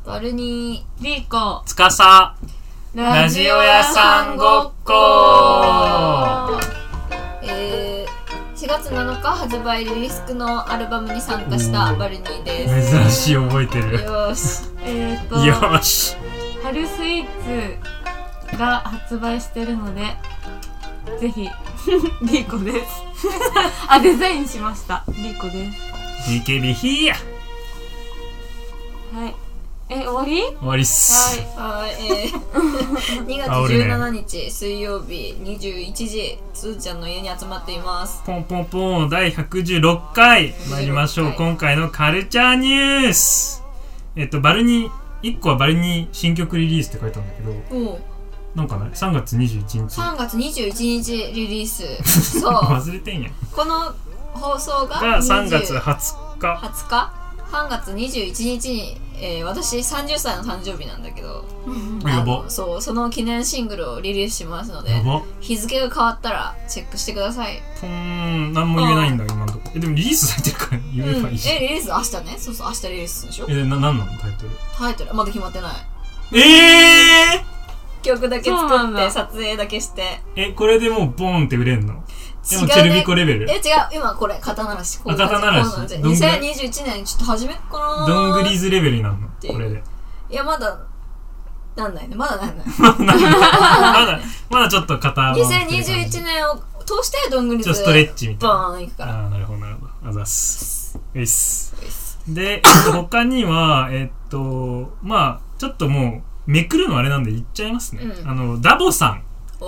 バルニー、リーコ、 つかさ、ラジオ屋さんごっこ 4月7日発売リリスクのアルバムに参加したバルニーです。 珍しい、覚えてる。 よしよし、 春スイーツが発売してるのでぜひリーコですあ、デザインしました。リーコです。 BKB ヒーや。 はい。終わり？ 終わりっす。 はい。2月17日水曜日21時、つーちゃんの家に集まっています。 ポンポンポン第116回参りましょう。今回のカルチャーニュース。バルニー1個はバルニー新曲リリースって書いたんだけど、なんかね、3月21日 3月21日リリースそう忘れてんやん。 この放送が 3月20日 3月21日に、私30歳の誕生日なんだけど、 やば。 その記念シングルをリリースしますので、日付が変わったらチェックしてください。 何も言えないんだ今のとこ。でもリリースされてるから言えばいいし、 リリース明日ね。そうそう、明日リリースでしょ。 何なのタイトルまだ決まってない。曲だけ作って撮影だけして。 これでもうボーンって売れんの？でもチェルビコレベル？ 違う、今これ肩慣らし。 肩慣らし。 2021年ちょっと初めかな。 どんぐりずレベルになるのこれで？ いや、まだなんないね。まだちょっと肩 2021年を通してどんぐりずちょっとストレッチみたいな。 バーンいくから。 なるほどあざっす。で、他にはまあちょっともうめくるのあれなんで言っちゃいますね。ダボさん。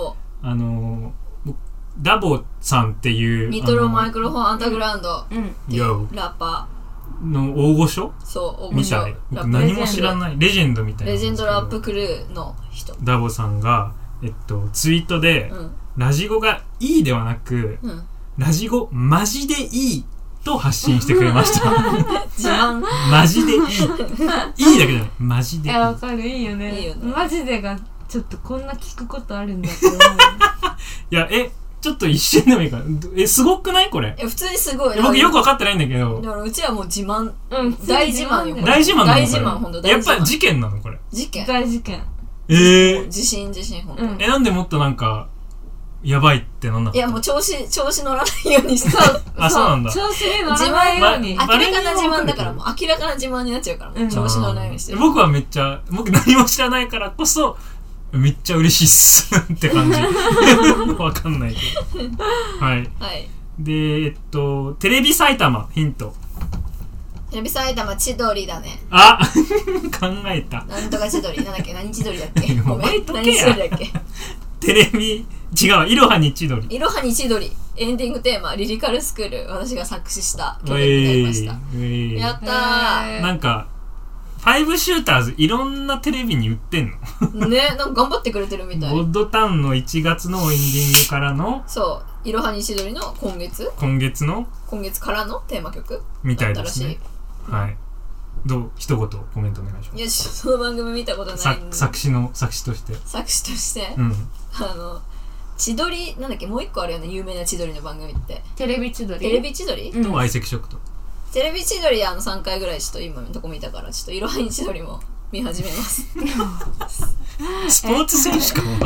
ダボさんっていうニトロマイクロフォンアンダーグラウンドラッパーの大御所。 そう、大御所。僕何も知らないレジェンドみたいな。 レジェンドラップクルーの人。 ダボさんがツイートで、ラジゴがいいではなく、ラジゴマジでいいと発信してくれました自慢。 マジでいいいいだけじゃないマジでいい。 わかる。いいよね。マジでがちょっとこんな聞くことあるんだけどいやちょっと一瞬でもいいからすごくないこれ？ 普通にすごい。 僕よく分かってないんだけど。 だからうちはもう自慢。大自慢よ。 大自慢なの？ 大自慢、ほんと大自慢。 やっぱ事件なのこれ？ 事件。 大事件。 自信ほんと。 なんでもっとなんかやばいってなんなの？ いやもう調子乗らないようにして。 そうなんだ。 調子に乗らないように。 明らかな自慢だから、もう明らかな自慢になっちゃうから、調子乗らないようにしてる。 僕はめっちゃ、僕何も知らないからこそめっちゃ嬉しいっすって感じ。わかんないけど。はい。で、テレビ埼玉ヒント。 テレビ埼玉千鳥だね。 考えた。 なんとか千鳥。なんだっけ？何千鳥だっけ？ごめん。 何千鳥だっけ？テレビ違う。いろはに千鳥。 いろはに千鳥。エンディングテーマリリカルスクール。私が作詞した曲になりました。やったー。 なんか5シューターズいろんなテレビに売ってんのね。なんか頑張ってくれてるみたい。 ゴッドタウンの1月のエンディングからの、 そういろはに千鳥の今月からのテーマ曲みたいですね。はい。どう一言コメントお願いします。 いや、その番組見たことないんで。 作詞として。 千鳥なんだっけ、もう一個あるよね、有名な千鳥の番組って。 テレビ千鳥と相席食堂。 テレビ千鳥3回ぐらいちょっと今のとこ見たから、ちょっといろはに千鳥も見始めますスポーツ選手かも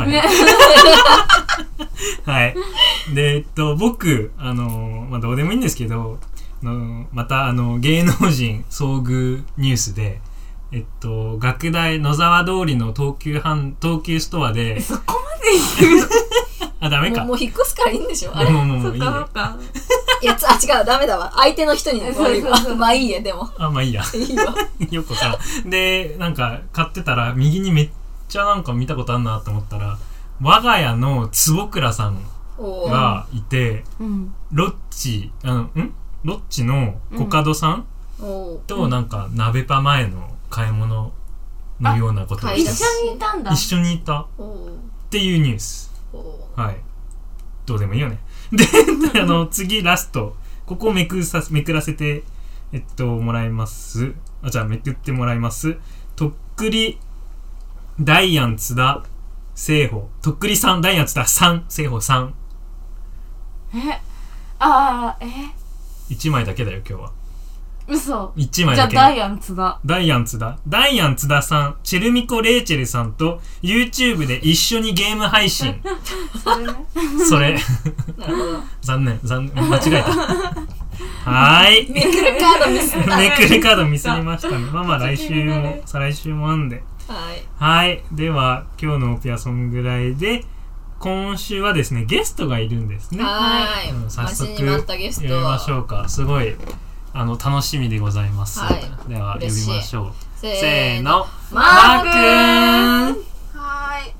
はいで僕どうでもいいんですけど、また芸能人遭遇ニュースで学大野沢通りの東急ストアでそこまで言うダメか。 もう引っ越すからいいんでしょあれ。 そっかいや違う、ダメだわ。相手の人に悪いわ。まあいいや、でもまあいいや。いいわよくさでなんか買ってたら右にめっちゃなんか見たことあるなと思ったら、我が家の坪倉さんがいて、ロッチのコカドさんとなんか鍋パ前の買い物のようなことをして一緒にいたんだ。 一緒にいたっていうニュース。はい。どうでもいいよね。で、次ラスト。ここをめくらせてもらいます。じゃあめくってもらいます。とっくりダイアン津田聖穂。とっくりさんダイアン津田3聖穂3。1枚だけだよ今日は。 嘘。 1枚だけ。 じゃあダイアン津田。 ダイアン津田さん、チェルミコレイチェルさんと YouTube で一緒にゲーム配信。 それね。 それ。 なるほど。 残念。間違えた。はーい。 めくるカードミスった。 めくるカードミスりましたね。まあ来週も、再来週もあんで。 はい。 はい。では、今日のオピアソンぐらいで、今週はですね、ゲストがいるんですね。 はい。 早速、 待ちに待ったゲスト呼びましょうか。すごい、楽しみでございます。 はい。 では、呼びましょう。 せーの。 マーくん。 はーい。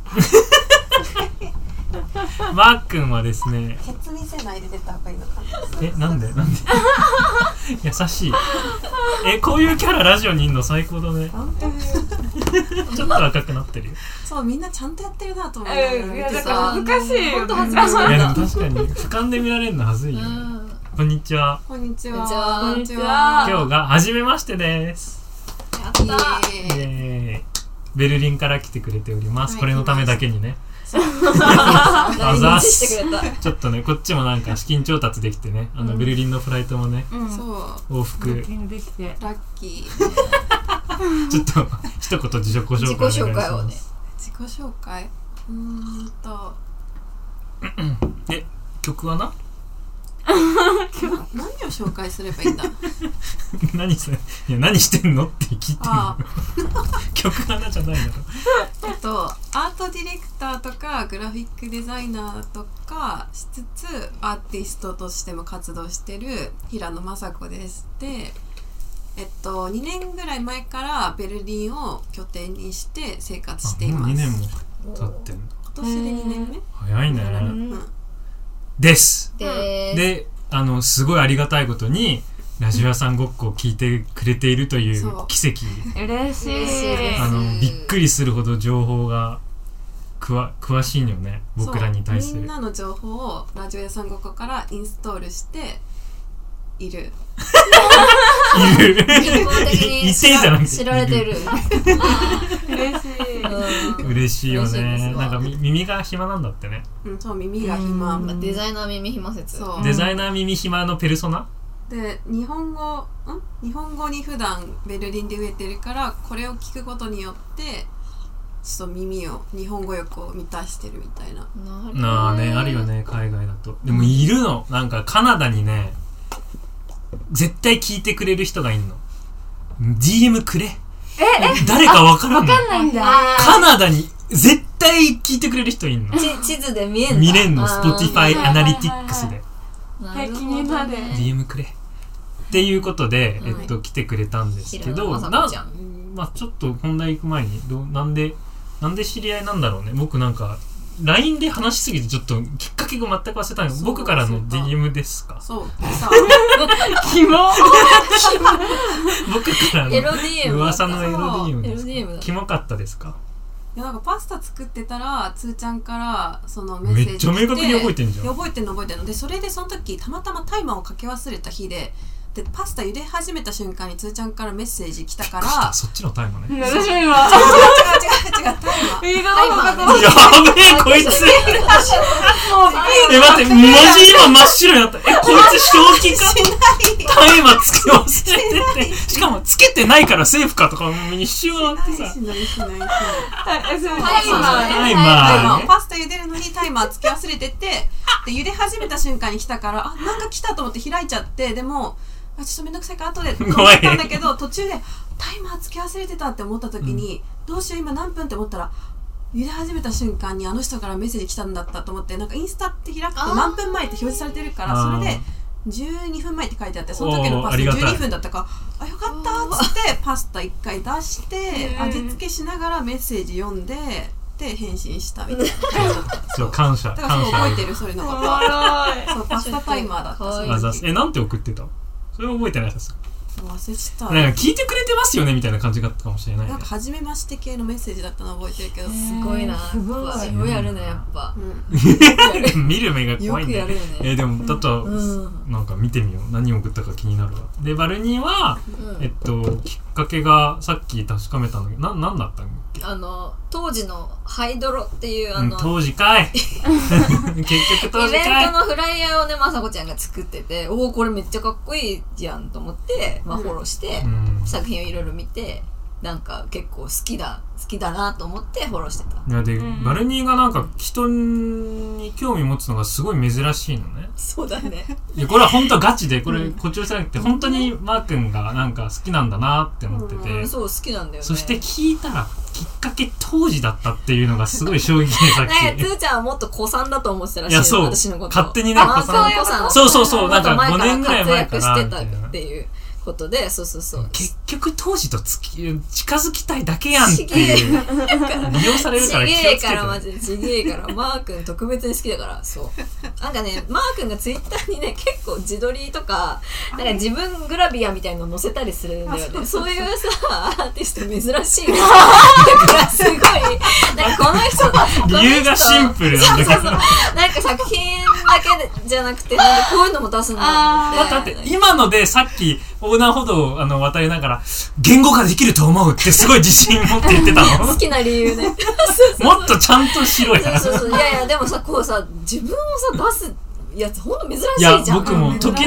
マーくんはですね、 ケツ見せないで出た方がいいのかな。 なんで優しい。こういうキャララジオにいんの最高だね。ちょっと赤くなってるよ。 そうみんなちゃんとやってるなと思う。 いやだから恥ずかしいよ。 ほんと恥ずかしい。 いやでも確かに俯瞰で見られるのはずいよね。こんにちは。 こんにちは。 こんにちは。 今日が初めましてです。 やったイエーイ。 ベルリンから来てくれております。 はいこれのためだけにね。 あざしてくれた。 ちょっとね、こっちもなんか資金調達できてね、ベルリンのフライトもね、 そう往復。 できてラッキー。 ちょっと一言自己紹介お願いします。 自己紹介をね。 自己紹介。 曲はな何を紹介すればいいんだ。 何それ、いや何してんのって聞いてるあ曲はなじゃないだろ。 アートディレクターとかグラフィックデザイナーとかしつつアーティストとしても活動してる平野雅子です。で2年ぐらい前からベルリンを拠点にして生活しています。 2年も経ってんの。 今年で2年目。 早いね。 うんです。 で、 すごいありがたいことにラジオ屋さんごっこを聞いてくれているという奇跡。 嬉しい。 びっくりするほど情報が詳しいのよね、僕らに対する。 みんなの情報をラジオ屋さんごっこからインストールしている。 いる。 一方的にじゃなくて知られてる。 嬉しい。 嬉しいよね。 嬉しいですわなんか耳が暇なんだってね。 そう耳が暇。 デザイナー耳暇説。 そうデザイナー耳暇のペルソナで日本語に普段ベルリンで植えてるからこれを聞くことによってちょっと日本語欲を満たしてるみたいな。 なあね、あるよね、海外だと。でもいるの、なんかカナダにね、絶対聞いてくれる人がいんの。DM くれ。誰かわからんの。 わかんないんだ。 カナダに絶対聞いてくれる人いんの。 地図で見えんだ。 見れんの、Spotify アナリティックスで。 はい、気になる。 DM くれ。っていうことで、来てくれたんですけど、まあちょっと本題行く前に、なんで知り合いなんだろうね。僕なんか、LINE で話しすぎてちょっときっかけが全く忘れたの。僕からの DM ですか？ そう。 キモ僕からの LDM 噂の LDM ですか？ LDM だ。 キモかったですか？ いやなんかパスタ作ってたらつーちゃんからそのメッセージめっちゃ明確に覚えてんじゃん。 覚えてんのでそれでその時たまたまタイマーをかけ忘れた日でパスタ茹で始めた瞬間につーちゃんからメッセージ来たからそっちのタイマーね。 私も今違うタイマー映画の方がやべえこいつ待って文字今真っ白になった。こいつ正気か？タイマーつけ忘れてて、しかもつけてないからセーフかとか一瞬はってさ、 しないタイマーパスタ茹でるのにタイマーつけ忘れててで茹で始めた瞬間に来たからなんか来たと思って開いちゃって、でもちょっとめんどくさいから後で思ったんだけど途中でタイマーつけ忘れてたって思った時に、どうしよう今何分って思ったら茹で始めた瞬間にあの人からメッセージ来たんだったと思って、なんかインスタって開くと何分前って表示されてるからそれで12分前って書いてあって、その時のパスタ12分だったからよかったっつってパスタ1回出して味付けしながらメッセージ読んでで返信したみたいなそう感謝だからそう覚えてるそれのことそうパスタタイマーだったなんて送ってた？それは覚えてないです。 忘れちゃった。 なんか聞いてくれてますよねみたいな感じだったかもしれない。 なんか初めまして系のメッセージだったの覚えてるけど、 すごいな。すごいやるねやっぱ。 見る目が怖いんだよ。 よくやるよね。 でもだとなんか見てみよう。何を送ったか気になるわ。でバルニーはきっかけがさっき確かめたんだけど、なんだったんだっけ？ 当時のハイドロっていう当時かい。結局当時かい。 イベントのフライヤーをねまさこちゃんが作ってて、おおこれめっちゃかっこいいじゃんと思ってまあ、フォローして、作品をいろいろ見てなんか結構好きだなと思ってフォローしてた。 いやで、バルニーがなんか人に興味持つのがすごい珍しいのね。 そうだね。 いやこれは本当ガチで、これ誇張じゃなくて本当にマー君がなんか好きなんだなって思ってて、 そう好きなんだよね。 そして聞いたらきっかけ当時だったっていうのがすごい衝撃でさっき。 つーちゃんはもっと古参だと思ってたらしい。 いやそう、 私のこと勝手にね古参。 そうなんか5年ぐらい前からしてたっていうことで、そう結局当時と近づきたいだけやんっていう利用されるから気をつけて。 ちげえからマジでちげえからマー君特別に好きだから。そうなんかねマー君がツイッターにね結構自撮りとかなんか自分グラビアみたいの載せたりするんだよね。そういうさアーティスト珍しいなだからすごいなんかこの人理由がシンプルなんだけどなんか作品だけじゃなくてなんでこういうのも出すんだだって今のでさっき横断歩道を渡りながら言語化できると思うってすごい自信持って言ってたの好きな理由ねもっとちゃんとしろや。 そういやでもさこうさ自分をさ出すやつほんと珍しいじゃん。 いや僕も時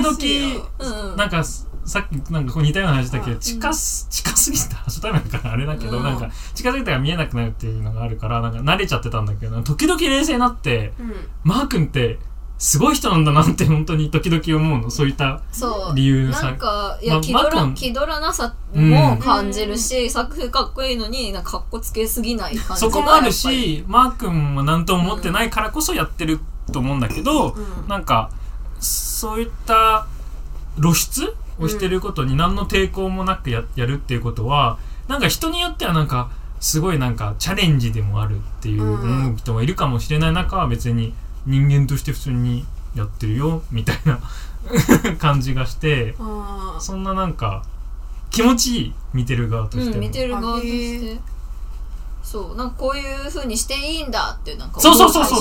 々なんかさっきなんかこう似たような話だけど近すぎて初対面だからあれだけどなんか近づいたら見えなくなるっていうのがあるからなんか慣れちゃってたんだけど時々冷静になってマー君ってすごい人なんだなって本当に時々思うの。そういった理由さなんかいや気取らなさも感じるし、作風かっこいいのになんかかっこつけすぎない感じがそこもあるしマー君は何とも思ってないからこそやってると思うんだけど、なんかそういった露出をしてることに何の抵抗もなくやるっていうことはなんか人によってはなんかすごいなんかチャレンジでもあるっていう思う人がいるかもしれない中は別に人間として普通にやってるよみたいな感じがしてそんななんか気持ちいい見てる側としても、 見てる側としてそうなんかこういう風にしていいんだってなんかそう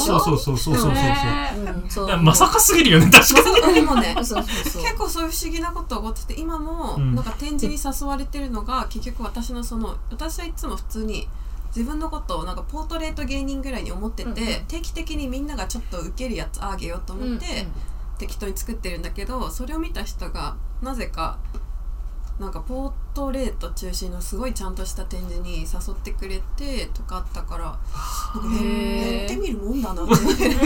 まさかすぎるよね確かに。 でもね結構そういう不思議なこと起こってて今もなんか展示に誘われてるのが結局私はいつも普通に自分のことをなんかポートレート芸人ぐらいに思ってて、定期的にみんながちょっとウケるやつあげようと思って、適当に作ってるんだけどそれを見た人がなぜかなんかポートレート中心のすごいちゃんとした展示に誘ってくれてとかあったからやってみるもんだなって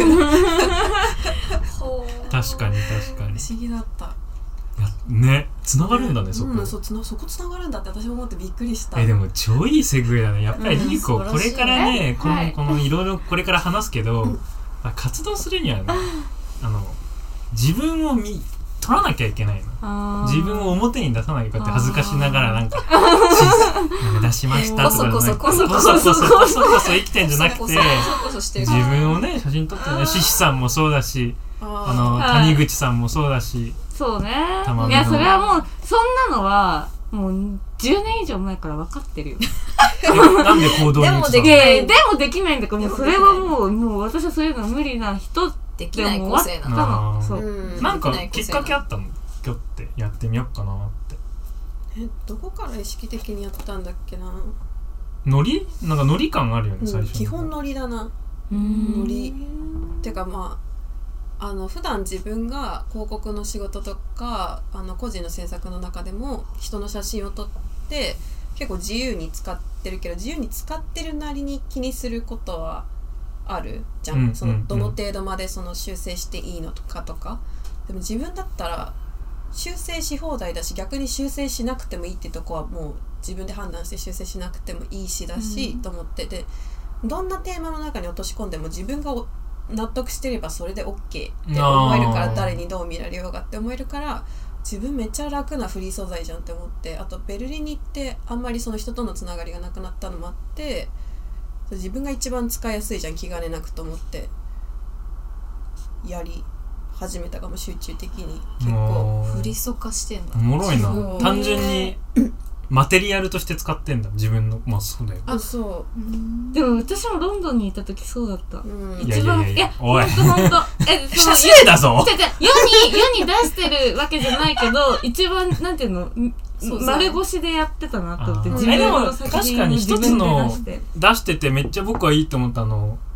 確かに不思議だった。 ね、繋がるんだね、そこ。 そこ繋がるんだって私も思ってびっくりした。 でも超いいセグウェイだね。やっぱりリコ、これからね、このいろいろこれから話すけど、活動するにはね、自分を取らなきゃいけないの。自分を表に出さないとかって恥ずかしながらなんか出しましたとかこそ生きてんじゃなくて自分をね写真撮ってね、シシさんもそうだし谷口さんもそうだしそうね。いやそれはもうそんなのはもう10年以上前から分かってるよなんで行動に移したの？ でもできないんだからもうそれはもう私はそういうの無理な人できない個性なの。 そうなんかきっかけあったの？今日ってやってみようかなって。 どこから意識的にやったんだっけな。 ノリ？なんかノリ感あるよね、最初。 基本ノリだな。ノリってかまあ普段自分が広告の仕事とか個人の制作の中でも人の写真を撮って結構自由に使ってるけど自由に使ってるなりに気にすることはあるじゃん、どの程度までその修正していいのとかでも自分だったら修正し放題だし逆に修正しなくてもいいってとこはもう自分で判断して修正しなくてもいいしだし、と思っててどんなテーマの中に落とし込んでも自分が納得してればそれで OK って思えるから誰にどう見られようがって思えるから自分めっちゃ楽なフリー素材じゃんって思ってあとベルリンに行ってあんまりその人とのつながりがなくなったのもあって自分が一番使いやすいじゃん気兼ねなくと思ってやり始めたかも集中的に結構フリソ化してんだおもろいな単純にマテリアルとして使ってんだ自分のまあそうだよあそうでも私もロンドンにいた時そうだった、 一番いやほんと失礼だぞ世に出してるわけじゃないけど一番なんていうの丸腰でやってたなと思ってでも確かに一つの出しててめっちゃ僕はいいと思ったの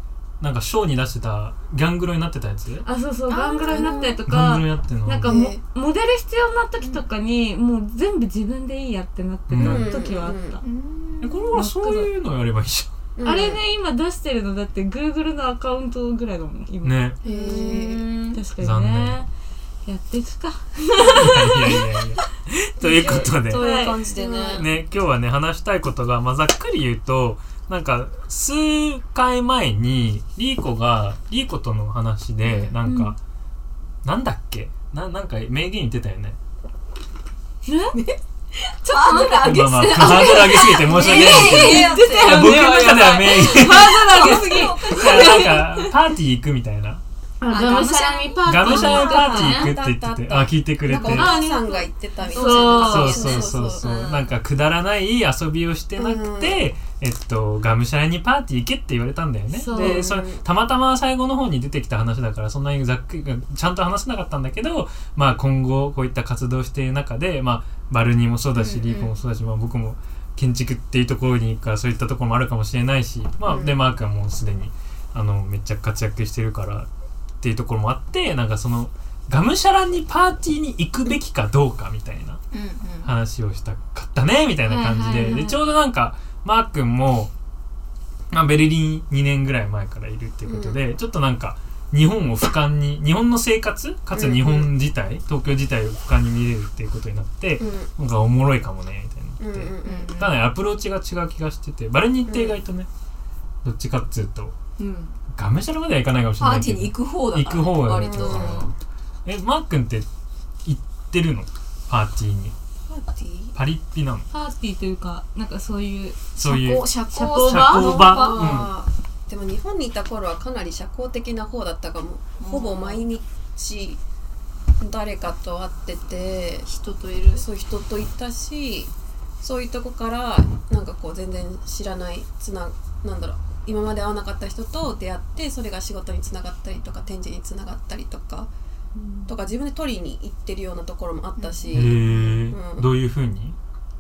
なんかショーに出してたギャングロになってたやつ。 あ、そうそう、ガングロになったりとか、 ガングロになってんの。 なんかモデル必要な時とかにもう全部自分でいいやってなってた時はあった、 これはそういうのやればいいじあれね、今出してるのだって Google のアカウントぐらいだもん今ね。 確かにね、やっていくかいやいやいやということで、 そういう感じでね、 ね、今日はね話したいことが、ざっくり言うと、なんか数回前にリーコとの話でなんか、なんだっけ、なんか名言言ってたよね。 ちょっとハードル上げすぎ、 ハードル上げすぎて申し訳ないけど、僕の中では名言ハードル上げすぎなんかパーティー行くみたいな、 ガムシャラミパーティーガムシャラミパーティー行くって言ってて、聞いてくれて、 なんかお母さんが言ってたみたいそう、なんかくだらない遊びをしてなくて、がむしゃらにパーティー行けって言われたんだよね。で、それたまたま最後の方に出てきた話だからそんなにざっくりちゃんと話せなかったんだけど、今後こういった活動をしている中で、バルニーもそうだし、リーコもそうだし、僕も建築っていうところに行くからそういったところもあるかもしれないし、でマークはもうすでにめっちゃ活躍してるからっていうところもあって、なんかそのがむしゃらにパーティーに行くべきかどうかみたいな話をしたかったねみたいな感じで、ちょうどなんかマー君も、ベルリン2年ぐらい前からいるっていうことで、ちょっとなんか日本を俯瞰に、日本の生活かつ日本自体、東京自体を俯瞰に見れるっていうことになって、なんかおもろいかもねみたいになって、ただねアプローチが違う気がしてて、バルニーって意外とね、どっちかっつうと、がむしゃらまではいかないかもしれないけど、 パーティーに行く方だから、 行く方が割と、 マー君って行ってるの？パーティーに。パリッピなの？ パーティーというか、なんかそういう社交場。 でも日本にいた頃はかなり社交的な方だったかも。ほぼ毎日誰かと会ってて、人といたし、そういうとこからなんかこう全然知らないなんだろう、今まで会わなかった人と出会って、それが仕事につながったりとか展示につながったりとか、自分で取りに行ってるようなところもあったし、 どういう風に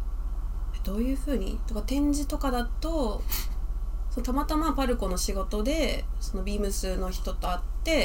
とか、展示とかだとたまたまパルコの仕事でそのビームスの人と会って、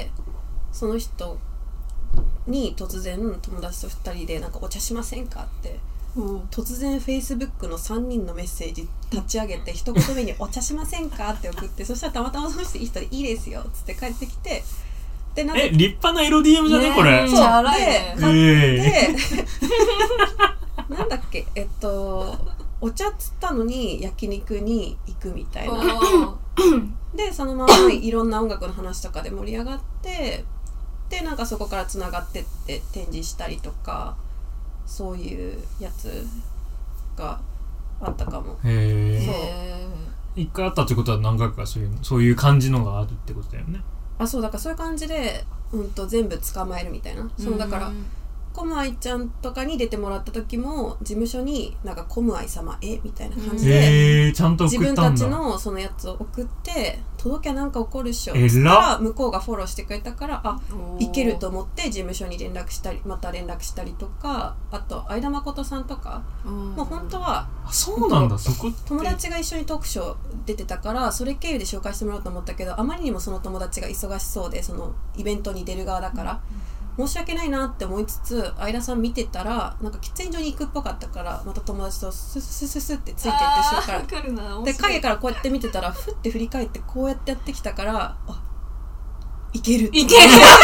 その人に突然友達と2人でなんかお茶しませんかって突然 Facebook の3人のメッセージ立ち上げて、一言目にお茶しませんかって送って、そしたらたまたまその人いい人でいいですよっつって帰ってきて、でなん立派なエロ DM じゃねこれ。 そうで買ってなんだっけ、お茶っつったのに焼肉に行くみたいなでそのままいろんな音楽の話とかで盛り上がって、でなんかそこからつながってって展示したりとか、そういうやつがあったかも。 一回あったってことは何回かそういう感じのがあるってことだよね。 そうだからそういう感じで、全部捕まえるみたいな。だからコムアイちゃんとかに出てもらった時も事務所になんかコムアイ様みたいな感じで、 ちゃんと送ったんだ。 自分たちのそのやつを送って、届けなんか起こるっしょっつったら向こうがフォローしてくれたから、いけると思って事務所に連絡したり、また連絡したりとか、あと相田誠さんとか、もう本当はそうなんだ、そこ友達が一緒にトークショー出てたから、それ経由で紹介してもらおうと思ったけど、あまりにもその友達が忙しそうで、そのイベントに出る側だから、申し訳ないなって思いつつ、相田さん見てたらなんか喫煙所に行くっぽかったから、また友達とススススってついていって後ろからで、影からこうやって見てたら、ふって振り返ってこうやってやってきたから、いけるっつ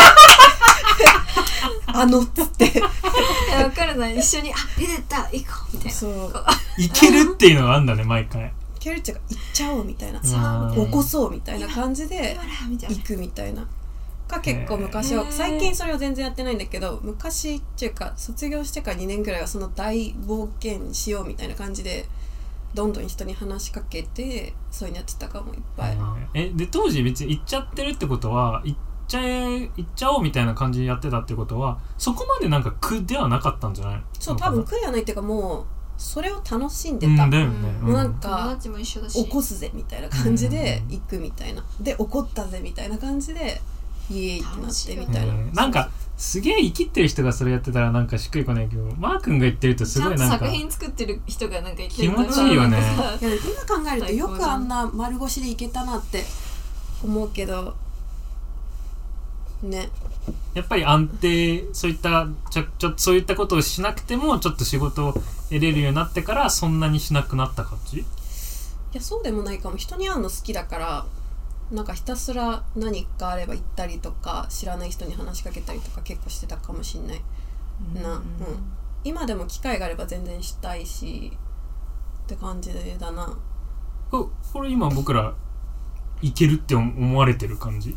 って分かるな、一緒に出てった行こうみたいな、 そういけるっていうのがあるんだね、毎回。 いけるっていうか、行っちゃおうみたいな、起こそうみたいな感じで行くみたいなが結構昔は、最近それは全然やってないんだけど、昔っていうか卒業してから2年ぐらいはその大冒険しようみたいな感じでどんどん人に話しかけて、そういうのやってたかも、いっぱい。 で当時別に行っちゃってるってことは、行っちゃおうみたいな感じでやってたってことは、そこまでなんか苦ではなかったんじゃない？ そう、多分苦ではないっていうか、もうそれを楽しんでた、 だよね、 もうなんか友達も一緒だし、 起こすぜみたいな感じで行くみたいな、で怒ったぜみたいな感じでイエーイってなってみたいな、 なんかすげえ生きってる人がそれやってたらなんかしっくりこないけど、マー君が言ってるとすごいなんか作品作ってる人がなんか言ってると気持ちいいよね。 いや今考えるとよくあんな丸腰でいけたなって思うけどね。 やっぱり安定、そういったちょっとそういったことをしなくてもちょっと仕事を得れるようになってからそんなにしなくなった感じ？ いやそうでもないかも。人に会うの好きだからなんかひたすら何かあれば行ったりとか知らない人に話しかけたりとか結構してたかもしんないな、今でも機会があれば全然したいしって感じだな。 これ今僕らいけるって思われてる感じ？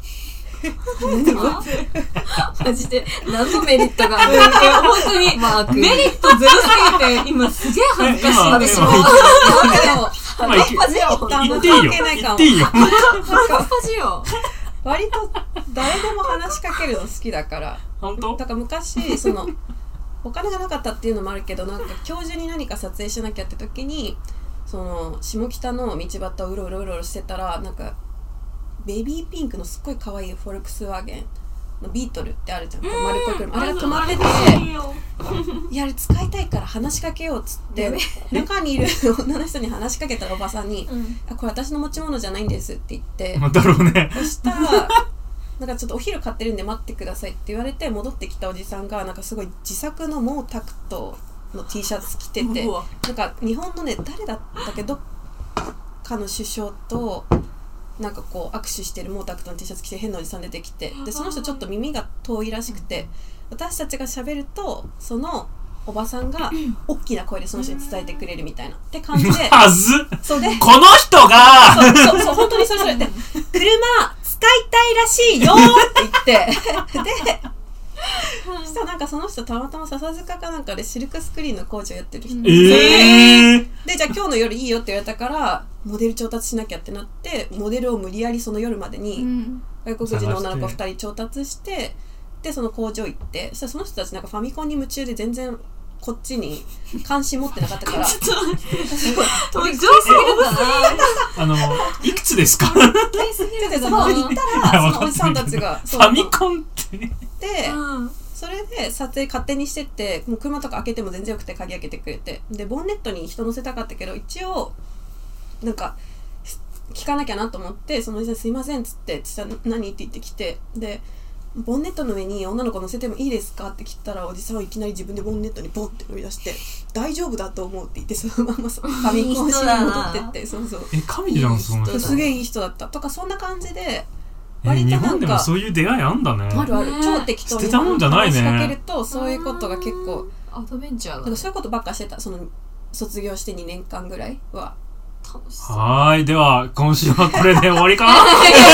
マジで何のメリットがある？ いや本当にマークメリットゼロすぎて今すげえ恥ずかしい。 私も今言っていいよ言っていいよ半端よ。 割と誰でも話しかけるの好きだから本当？ だから昔そのお金がなかったっていうのもあるけどなんか今日中に何か撮影しなきゃって時にその下北の道端をうろうろしてたらなんかベビーピンクのすっごい可愛いフォルクスワーゲンのビートルってあるじゃん、丸っこい車、あれが止まってていやあれ使いたいから話しかけようっつって中にいる女の人に話しかけたらおばさんに、これ私の持ち物じゃないんですって言ってだろうね。 そしたらなんかちょっとお昼買ってるんで待ってくださいって言われて戻ってきたおじさんがなんかすごい自作の毛沢東の T シャツ着ててなんか日本のね誰だったけどどっかの首相となんかこう握手してる毛沢東の T シャツ着て変なおじさん出てきてでその人ちょっと耳が遠いらしくて私たちが喋るとそのおばさんが大きな声でその人に伝えてくれるみたいなって感じではずそうでこの人がそう本当にそれで車使いたいらしいよって言ってでそしたらなんかその人たまたま笹塚かなんかでシルクスクリーンの工場やってる人でじゃあ今日の夜いいよって言われたからモデル調達しなきゃってなってモデルを無理やりその夜までに外国人の女の子2人調達してでその工場行ってそしたらその人たちなんかファミコンに夢中で全然こっちに関心持ってなかったからちょっと待って上すぎるかな。いくつですか？ でその行ったらそのおじさんたちがファミコンってでそれで撮影勝手にしてってもう車とか開けても全然よくて鍵開けてくれてでボンネットに人乗せたかったけど一応なんか聞かなきゃなと思ってそのおじさんすいませんっつって何って言ってきてでボンネットの上に女の子乗せてもいいですかって聞いたらおじさんはいきなり自分でボンネットにボンって乗り出して大丈夫だと思うって言ってそのままファミコンシーンに戻ってってそう神じゃんその人すげえいい人だったとかそんな感じで日本でもそういう出会いあんだね。 あるある超適当に捨てたもんじゃないね。 話しかけるとそういうことが結構アドベンチャーなんかそういうことばっかしてたその卒業して2年間ぐらいは楽しそう。 はいでは今週はこれで終わりかな。 まだ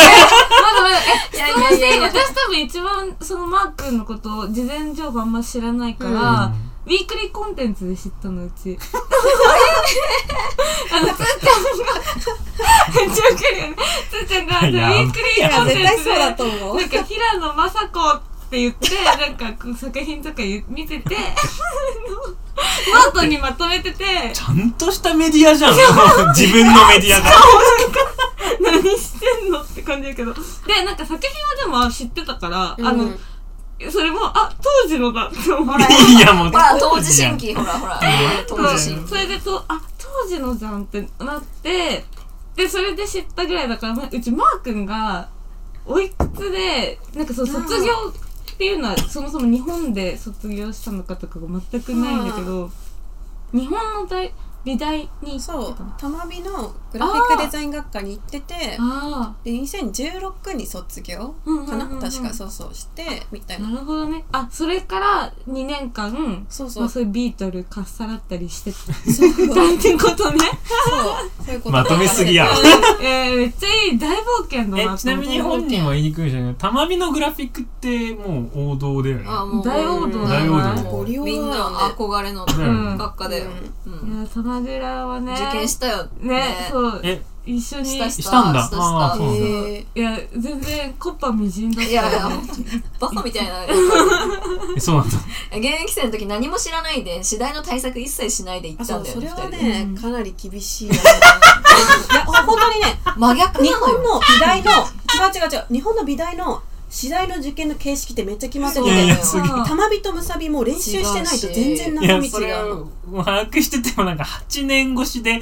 私多分一番そのマー君のことを事前情報あんま知らないから、ウィークリーコンテンツで知ったのうち。つーちゃんがめっちゃウケるよね。つーちゃんがウィークリーコンテンツで絶対そうだと思うなんか平野雅子って言ってなんか作品とか見ててノートにまとめててちゃんとしたメディアじゃん。自分のメディアが何してんのって感じだけどでなんか作品はでも知ってたから、それも当時のだって思う。 いやもう当時新規ほら当時新規それで当時のじゃんってなってでそれで知ったぐらいだからうちマー君がおいくつでなんかそう卒業っていうのはそもそも日本で卒業したのかとかが全くないんだけど日本の美大にそう玉美のグラフィックデザイン学科に行っててで2016に卒業かな、確かそうしてみたいな。 なるほどね。それから2年間そういうビートルかっさらったりしてたってことね。 そういうことまとめすぎや。 めっちゃいい大冒険だな。 ちなみに本人は言いにくいじゃない。玉美のグラフィックってもう王道だよね。 大王道だよね。 みんな憧れの学科だよ。 玉倉はね受験したよね。そう一緒にしたんだ。 いや全然コッパみじんだった。 いやバカみたいな。 そうなんだ。 現役生の時何も知らないで次第の対策一切しないで行ったんだよね。 それはねかなり厳しい。いや本当にね真逆なのよ。 日本の美大の違う日本の美大の次第の受験の形式ってめっちゃ決まってて玉美とむさびも練習してないと全然中身違うの。 把握しててもなんか8年越しで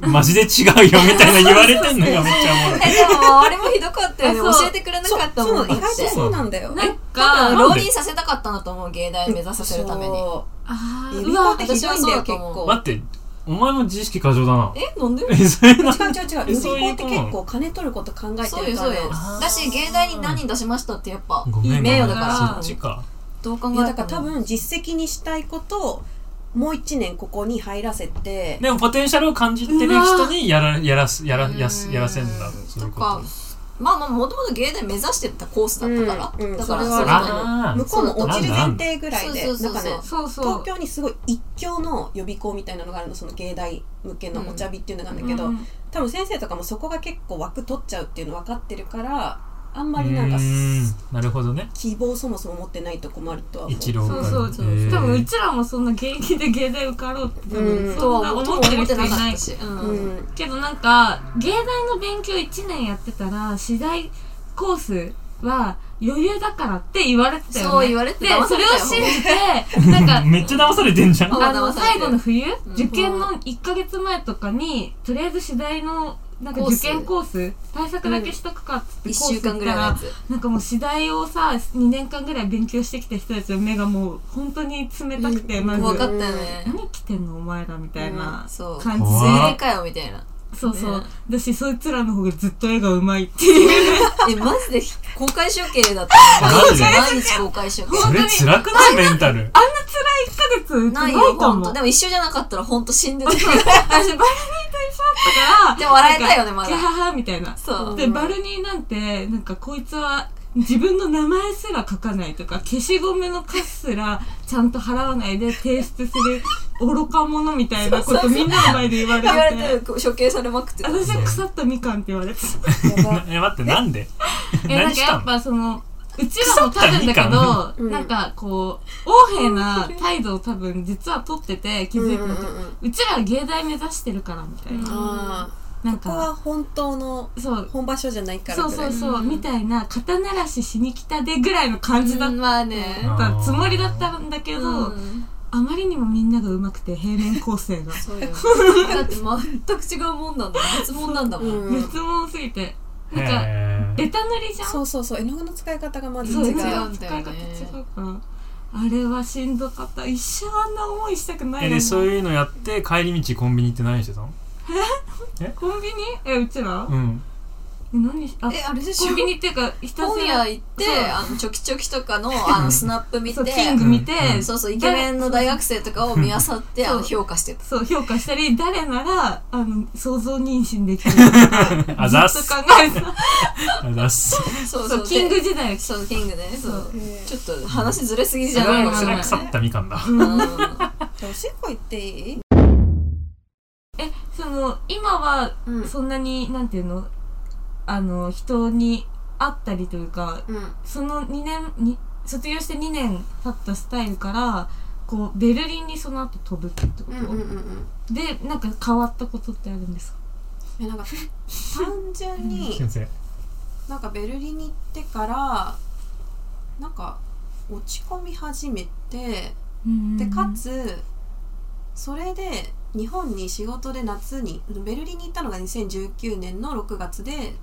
マジで違うよみたいな言われてんのがめっちゃおもろい。 でもあれもひどかったよね。 そう教えてくれなかったもん。 意外とそうなんだよ。 なん多分か浪人させたかったんだと思う、芸大目指させるために。 予あーうわ備校ってひどいんだよ結構。 待って、お前も自意識過剰だな。 なんでそれな。 違う予備校って結構金取ること考えてるから。 そうよ。だし芸大に何人出しましたってやっぱごめん名誉だからそっちか。 どう考えいやだたらから多分実績にしたいことをもう1年ここに入らせて、 でもポテンシャルを感じてる人にやらせんだ。そういうこと。 とか、まあもともと芸大目指してたコースだったから、だからそれは向こうも落ちる前提ぐらいで、 そうなんかね、 そう東京にすごい一強の予備校みたいなのがあるの、その芸大向けのお茶日っていうのがあるんだけど、多分先生とかもそこが結構枠取っちゃうっていうの分かってるから、あんまりなんかなるほどね。 希望そもそも持ってないとこもあるとは思う。 一浪からそう多分うちらもそんな現役で芸大受かろうって多分とそんなは思ってる人いなかないったし、 けどなんか芸大の勉強1年やってたら次第コースは余裕だからって言われてたよね。 そう言われてで騙されたよそれを信じてなんかめっちゃ騙されてんじゃん。 騙されてる最後の冬、 うん受験の1ヶ月前とかにとりあえず次第のなんか受験コース対策だけしとくかっつって 1 コース週間ぐらいのやつ。 なんかもう次第をさ2年間ぐらい勉強してきた人たちの目がもう本当に冷たくて、まず怖かったよね。 何着てんのお前らみたいなそう。 感じ怖水で、 泳かよみたいな。 そうそう、 ねだしそいつらの方がずっと絵がうまいっていうマジで公開処刑だったの。 マジで毎日公開処刑。 それ辛くないメンタル。 あんな辛い1ヶ月ないよ、 ないかも。 ほんと。でも一緒じゃなかったらほんと死んでた。 私バルニーと一緒だったからでも笑えたよねまだキャハハみたいな。 そう。 でバルニーなんてなんかこいつは自分の名前すら書かないとか消しゴムの数すらちゃんと払わないで提出する愚か者みたいなことみんなの前で言われて言われて処刑されまくってた。 私は腐ったみかんって言われて待って、なんでなんかやっぱそのうちらも多分だけど、なんかこう横柄な態度を多分実は取ってて気づいてると、うちらは芸大目指してるからみたいな、なんここはか本当の本場所じゃないからぐらい。 そう、みたいな肩慣らししに来たでぐらいの感じだっまあね。 たつもりだったんだけど、あまりにもみんなが上手くて平面構成がそうよ。だって全く違うもんなんだもん。別物なんだもん。 別物すぎてなんかベタ塗りじゃん。 そう絵の具の使い方がまずそう違う。 違うんだ使よねい方違うからあれはしんどかった。一生あんな思いしたくないのでに。 そういうのやって帰り道コンビニ行って何してたの？ コンビニ？うちら？何しあれでしょ。 コンビニっていうかひたす本ら屋行ってチョキチョキとかのスナップ見て、 キング見て、 イケメンの大学生とかを見漁って評価してた。 そう評価したり誰なら想像妊娠できるとかあざっすずっと考えた。 あざっす。 そうキング時代。 そうキングね。そうちょっと話ずれすぎじゃそれない？ それ腐ったみかんだ。 おしっこ行っていい？ その今はそんなになんていうの人に会ったりというか、その2年に卒業して2年経ったスタイルからこうベルリンにその後飛ぶってこと、でなんか変わったことってあるんですか？ なんか単純に先生なんかベルリンに行ってからなんか落ち込み始めて、でかつそれで日本に仕事で夏にベルリンに行ったのが2019年の6月で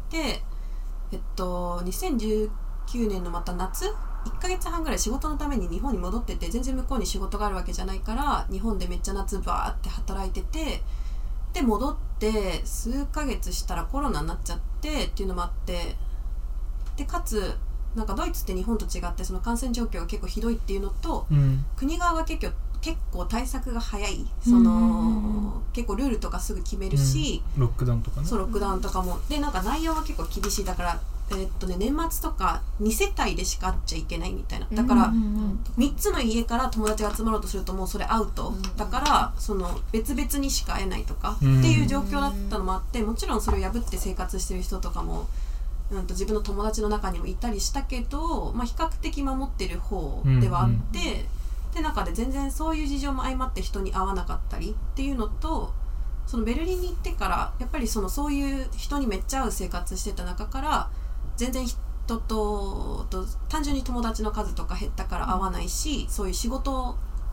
2019年のまた夏1ヶ月半ぐらい仕事のために日本に戻ってて、全然向こうに仕事があるわけじゃないから日本でめっちゃ夏バーって働いてて、で戻って数ヶ月したらコロナになっちゃってっていうのもあって、でかつなんかドイツって日本と違ってその感染状況が結構ひどいっていうのと、国側が結構対策が早い、結構ルールとかすぐ決めるし、 ロックダウンとかね。 そうロックダウンとかもでなんか内容は結構厳しい。だから年末とか2世帯でしか会っちゃいけないみたいな。だから3つの家から友達が集まろうとするともうそれアウトだから、その別々にしか会えないとかっていう状況だったのもあって、もちろんそれを破って生活してる人とかも自分の友達の中にもいたりしたけど、比較的守ってる方ではあって、で中で全然そういう事情も相まって人に会わなかったりっていうのと、そのベルリンに行ってからやっぱりそういう人にめっちゃ会う生活してた中から全然人と単純に友達の数とか減ったから会わないし、そういう仕事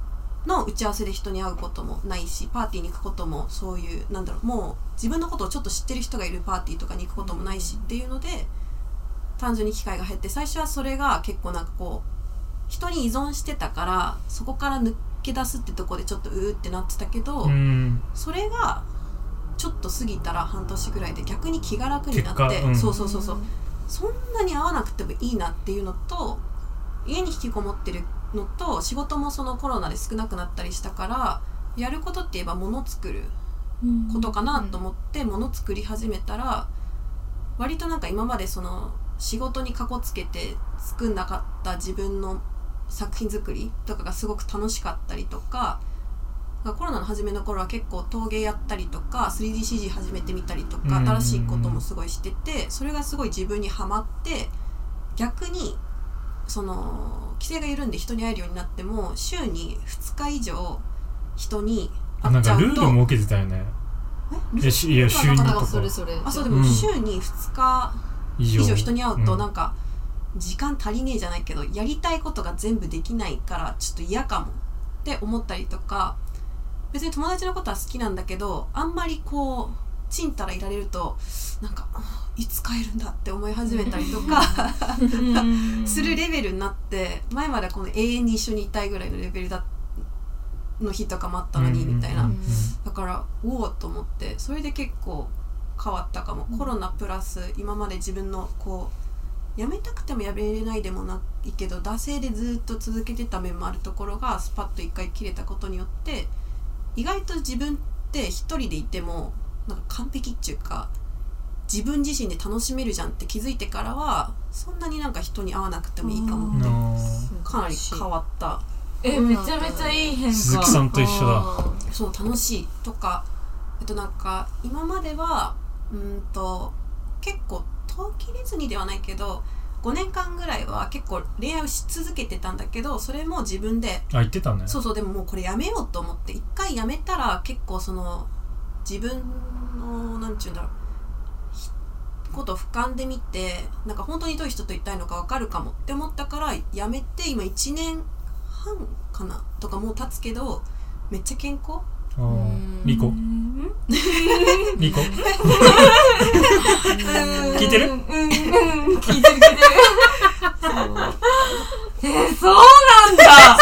の打ち合わせで人に会うこともないし、パーティーに行くこともそういうもう自分のことをちょっと知ってる人がいるパーティーとかに行くこともないしっていうので、単純に機会が減って、最初はそれが結構人に依存してたから、そこから抜け出すってとこでちょっとってなってたけど、それがちょっと過ぎたら半年ぐらいで逆に気が楽になって、そうそんなに会わなくてもいいなっていうのと、家に引きこもってるのと、仕事もそのコロナで少なくなったりしたから、やることって言えば物作ることかなと思って物作り始めたら、割と今までその仕事にかこつけて作んなかった自分の作品作りとかがすごく楽しかったりとか、コロナの初めの頃は結構陶芸やったりとか 3DCG 始めてみたりとか、新しいこともすごいしてて、それがすごい自分にハマって、逆にその規制が緩んで人に会えるようになっても、週に2日以上人に会っちゃうと、 ルール設けてたよね。いや週2とか。 それでも週に2日以上人に会うと時間足りねえじゃないけど、やりたいことが全部できないからちょっと嫌かもって思ったりとか、別に友達のことは好きなんだけど、あんまりちんたらいられるといつ帰るんだって思い始めたりとかするレベルになって、前までこの永遠に一緒にいたいぐらいのレベルの日とかもあったのにみたいな、だからおおと思って、それで結構変わったかも。コロナプラス今まで自分のやめたくてもやめれないでもないけど、惰性でずっと続けてた面もあるところがスパッと一回切れたことによって、意外と自分って一人でいても完璧っていうか、自分自身で楽しめるじゃんって気づいてからは、そんなに人に会わなくてもいいかもってかなり変わった。 めちゃめちゃいい変化。 鈴木さんと一緒だ。 そう、楽しいとか、今までは結構途切れずにではないけど、5年間ぐらいは結構恋愛をし続けてたんだけど、それも自分で言ってたね。 そうでももうこれやめようと思って、一回やめたら結構その自分のことを俯瞰で見て、本当にどういう人といたいのか分かるかもって思ったからやめて、今1年半かなとかもう経つけど、めっちゃ健康。 リコリコ聞いてる？ 聞いてるそうなんだ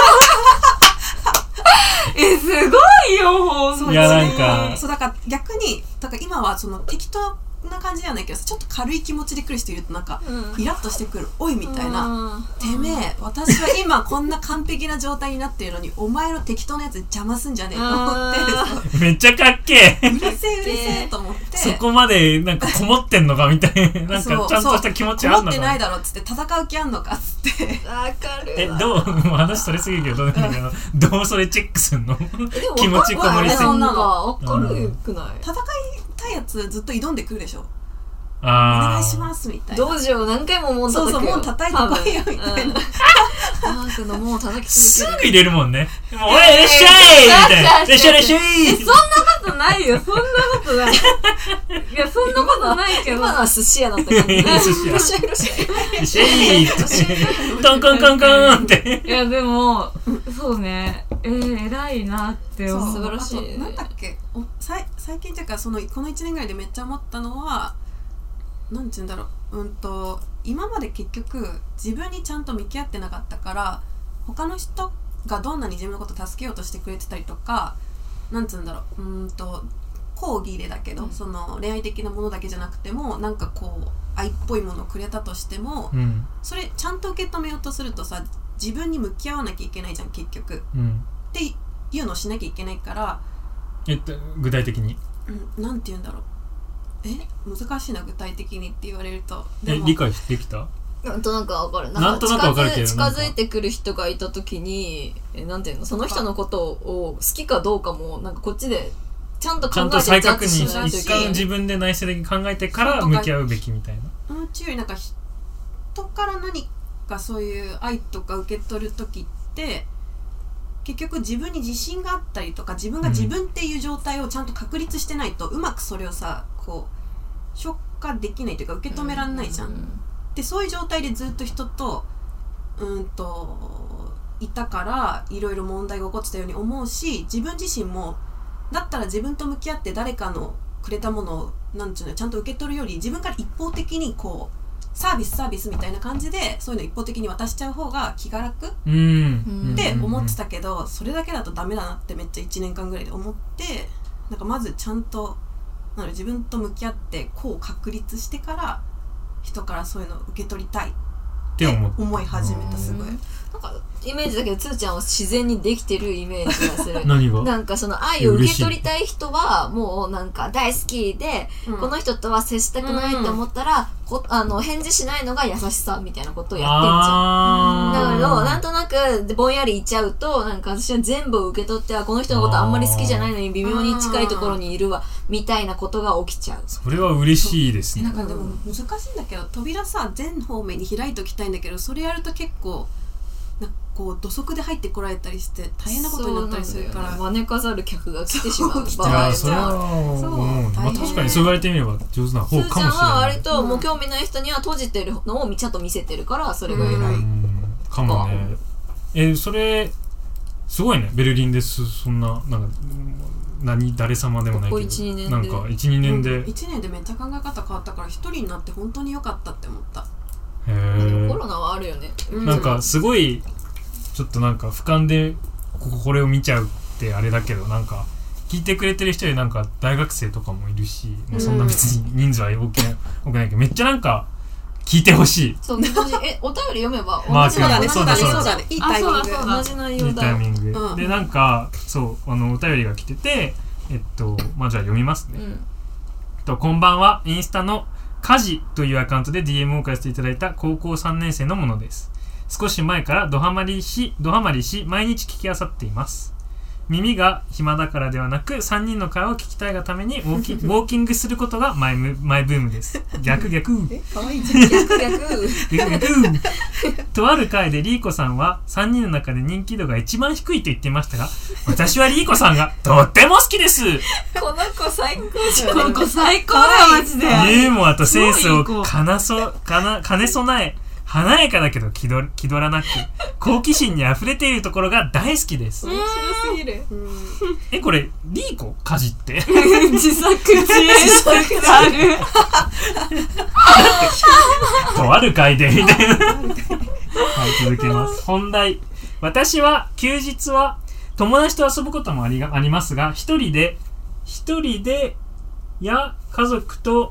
すごいよほんとに。 いやそうだから逆に今はその適当な感じではないけど、ちょっと軽い気持ちで来る人いるとイラッとしてくる、おいみたいな、てめえ私は今こんな完璧な状態になってるのにお前の適当なやつ邪魔すんじゃねえと思ってめっちゃかっけえうるせえと思って、 そこまでこもってんのかみたいな、ちゃんとした気持ちあんのか、 こもってないだろっつって、戦う気あんのかっつってわかるわ。 どうもう話それすぎるけど、どうそれチェックすんの気持ちこもりすぎそんなの明るくない？ 戦いたいやつずっと挑んでくるでしょ。お願願いしますみたいな。 道場何回ももう叩くよ。 そうもう叩いてこいよみたいな。 マークのもう叩きす続ける。 ぐ入れるもんね。もうおいいらっしゃいみたいな。いらっしゃいいらっしゃい。 そんなことないよ。そんなことない。いやそんなことないけど。 今のは寿司屋だった感じ。 寿司屋。 いらっしゃいいらっしゃい。 いらっしゃいってトンコンコンコンって。 いやでもそうね。偉いなって思う。 素晴らしい。 なんだっけ、最近というかこの1年ぐらいでめっちゃ思ったのは、なんて言うんだろう、今まで結局自分にちゃんと向き合ってなかったから、他の人がどんなに自分のことを助けようとしてくれてたりとか、なんて言うんだろう、講義でだけど、その恋愛的なものだけじゃなくても愛っぽいものをくれたとしても、それちゃんと受け止めようとするとさ、自分に向き合わなきゃいけないじゃん結局、っていうのをしなきゃいけないから、 具体的に、 なんて言うんだろう、難しいな、具体的にって言われると。 理解できた？ なんとなくわかる。 なんとなくわかるけど、 近づいてくる人がいた時に、なんていうの、その人のことを好きかどうかもこっちでちゃんと考えて再確認しないとい一けない。 回自分で内省的に考えてから向き合うべきみたいな。 ちゅうより人から何かそういう愛とか受け取る時って結局自分に自信があったりとか、自分が自分っていう状態をちゃんと確立してないと、うまくそれをさ消化できないというか受け止められないじゃん、でそういう状態でずっと人といたからいろいろ問題が起こってたように思うし、自分自身もだったら自分と向き合って誰かのくれたものをなんていうのちゃんと受け取るより、自分から一方的にこうサービスみたいな感じでそういうの一方的に渡しちゃう方が気が楽って思ってたけど、それだけだとダメだなってめっちゃ1年間ぐらいで思って、なんかまずちゃんと自分と向き合ってこう確立してから人からそういうのを受け取りたいって思い始めた。すごいなんかイメージだけど、つーちゃんは自然にできてるイメージがする何がなんかその愛を受け取りたい人はもうなんか大好きで、この人とは接したくないって思ったら、返事しないのが優しさみたいなことをやってんじゃん。だけどなんとなくぼんやり言っちゃうと、なんか私は全部受け取ってはこの人のことあんまり好きじゃないのに微妙に近いところにいるわみたいなことが起きちゃう。 それは嬉しいですね。 なんかでも難しいんだけど、扉さ全方面に開いておきたいんだけど、それやると結構なんかこう土足で入ってこられたりして大変なことになったりするから、 招かざる客が来てしまうそう場合いやそれは思う、まあ、確かにそう言われてみれば上手な方かもしれない。 すーちゃんは割ともう興味ない人には閉じてるのをちゃんと見せてるから、それが偉いかもね。それすごいね。ベルリンですそんななんか誰様でもないけど、 ここ 1,2 年でなんか 1,2 年で、 1年でめっちゃ考え方変わったから一人になって本当に良かったって思った。 へーコロナはあるよね。 なんかすごいちょっとなんか俯瞰でこれを見ちゃうってあれだけど、なんか聞いてくれてる人でなんか大学生とかもいるし、もうそんな別に人数は多くないけど、めっちゃなんか聞いてほしい。 そうお便り読めばまあそうだねそうだねそうだね、いいタイミング。 同じ内容いいタイミングで、 うんでなんかそうお便りが来てて、まあじゃあ読みますね。こんばんは。インスタのカジというアカウントで DM を送らせていただいた高校3年生のものです。少し前からドハマりし毎日聞き漁っています。耳が暇だからではなく3人の会話を聞きたいがためにウォーキングすることがマイブームです。逆かわいいじゃん。 逆とある回でリーコさんは3人の中で人気度が一番低いと言っていましたが、私はリーコさんがとっても好きです。 この子最高じゃん。 この子最高だよマジで。 ユーモアとセンスを兼ね備え、華やかだけど気取らなく好奇心にあふれているところが大好きです。 面白すぎる。 これリーコカジって自作自演作あるとある回でみたいなはい、続けます。本題。私は休日は友達と遊ぶこともありますが、一人でや家族と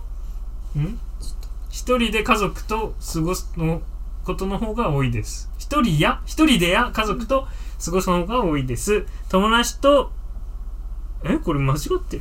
過ごすことの方が多いです。一人でや家族と過ごすの方が多いです。友達とこれ間違ってる。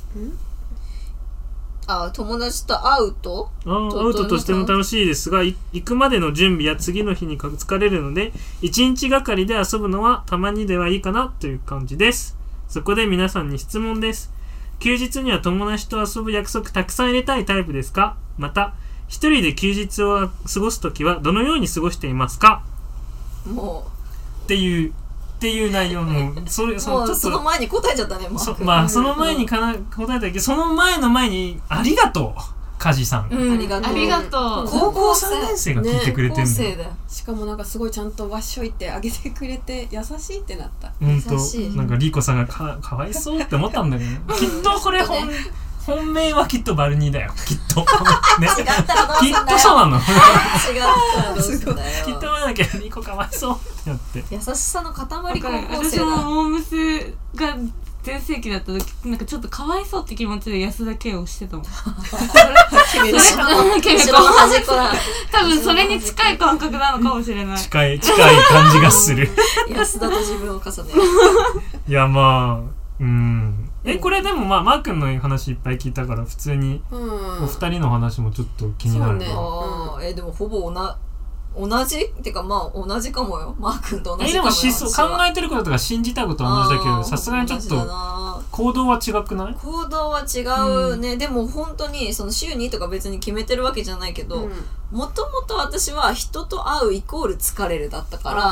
友達と会うととしても楽しいですが、行くまでの準備や次の日に疲れるので、一日がかりで遊ぶのはたまにではいいかなという感じです。そこで皆さんに質問です。休日には友達と遊ぶ約束たくさん入れたいタイプですか？また一人で休日を過ごすときはどのように過ごしていますか？ もうっていう内容のその前に答えちゃったね。 まあその前に答えたけど、その前にありがとうカジさん、 ありがとう。 高校3年生が聞いてくれてんだよ、 しかもなんかすごいちゃんとわっしょいってあげてくれて優しいってなった。 ほんとなんかリーコさんがかわいそうって思ったんだけど、きっとこれ本命はきっとバルニーだよ、きっとね、 違ったらどうすんだよ。 きっとそうなの。 違ったらどうすんだよ。 きっと思わなきゃリーコかわいそうってなって。 優しさの塊高校生だ。 私もモームスが全盛期だった時、なんかちょっとかわいそうって気持ちで安田圭をしてたもん。 後ろの端っこだ。 多分それに近い感覚なのかもしれない。 近い感じがする。 安田と自分を重ねる。 いやまあこれでもまあマー君の話いっぱい聞いたから普通にお二人の話もちょっと気になるな。 でもほぼ同じってかまあ同じかもよ。マー君と同じかもよ。 でも考えてることとか信じたいことは同じだけど、さすがにちょっと行動は違くない？ 行動は違うね。でも本当にその週にとか別に決めてるわけじゃないけど、もともと私は人と会うイコール疲れるだったから、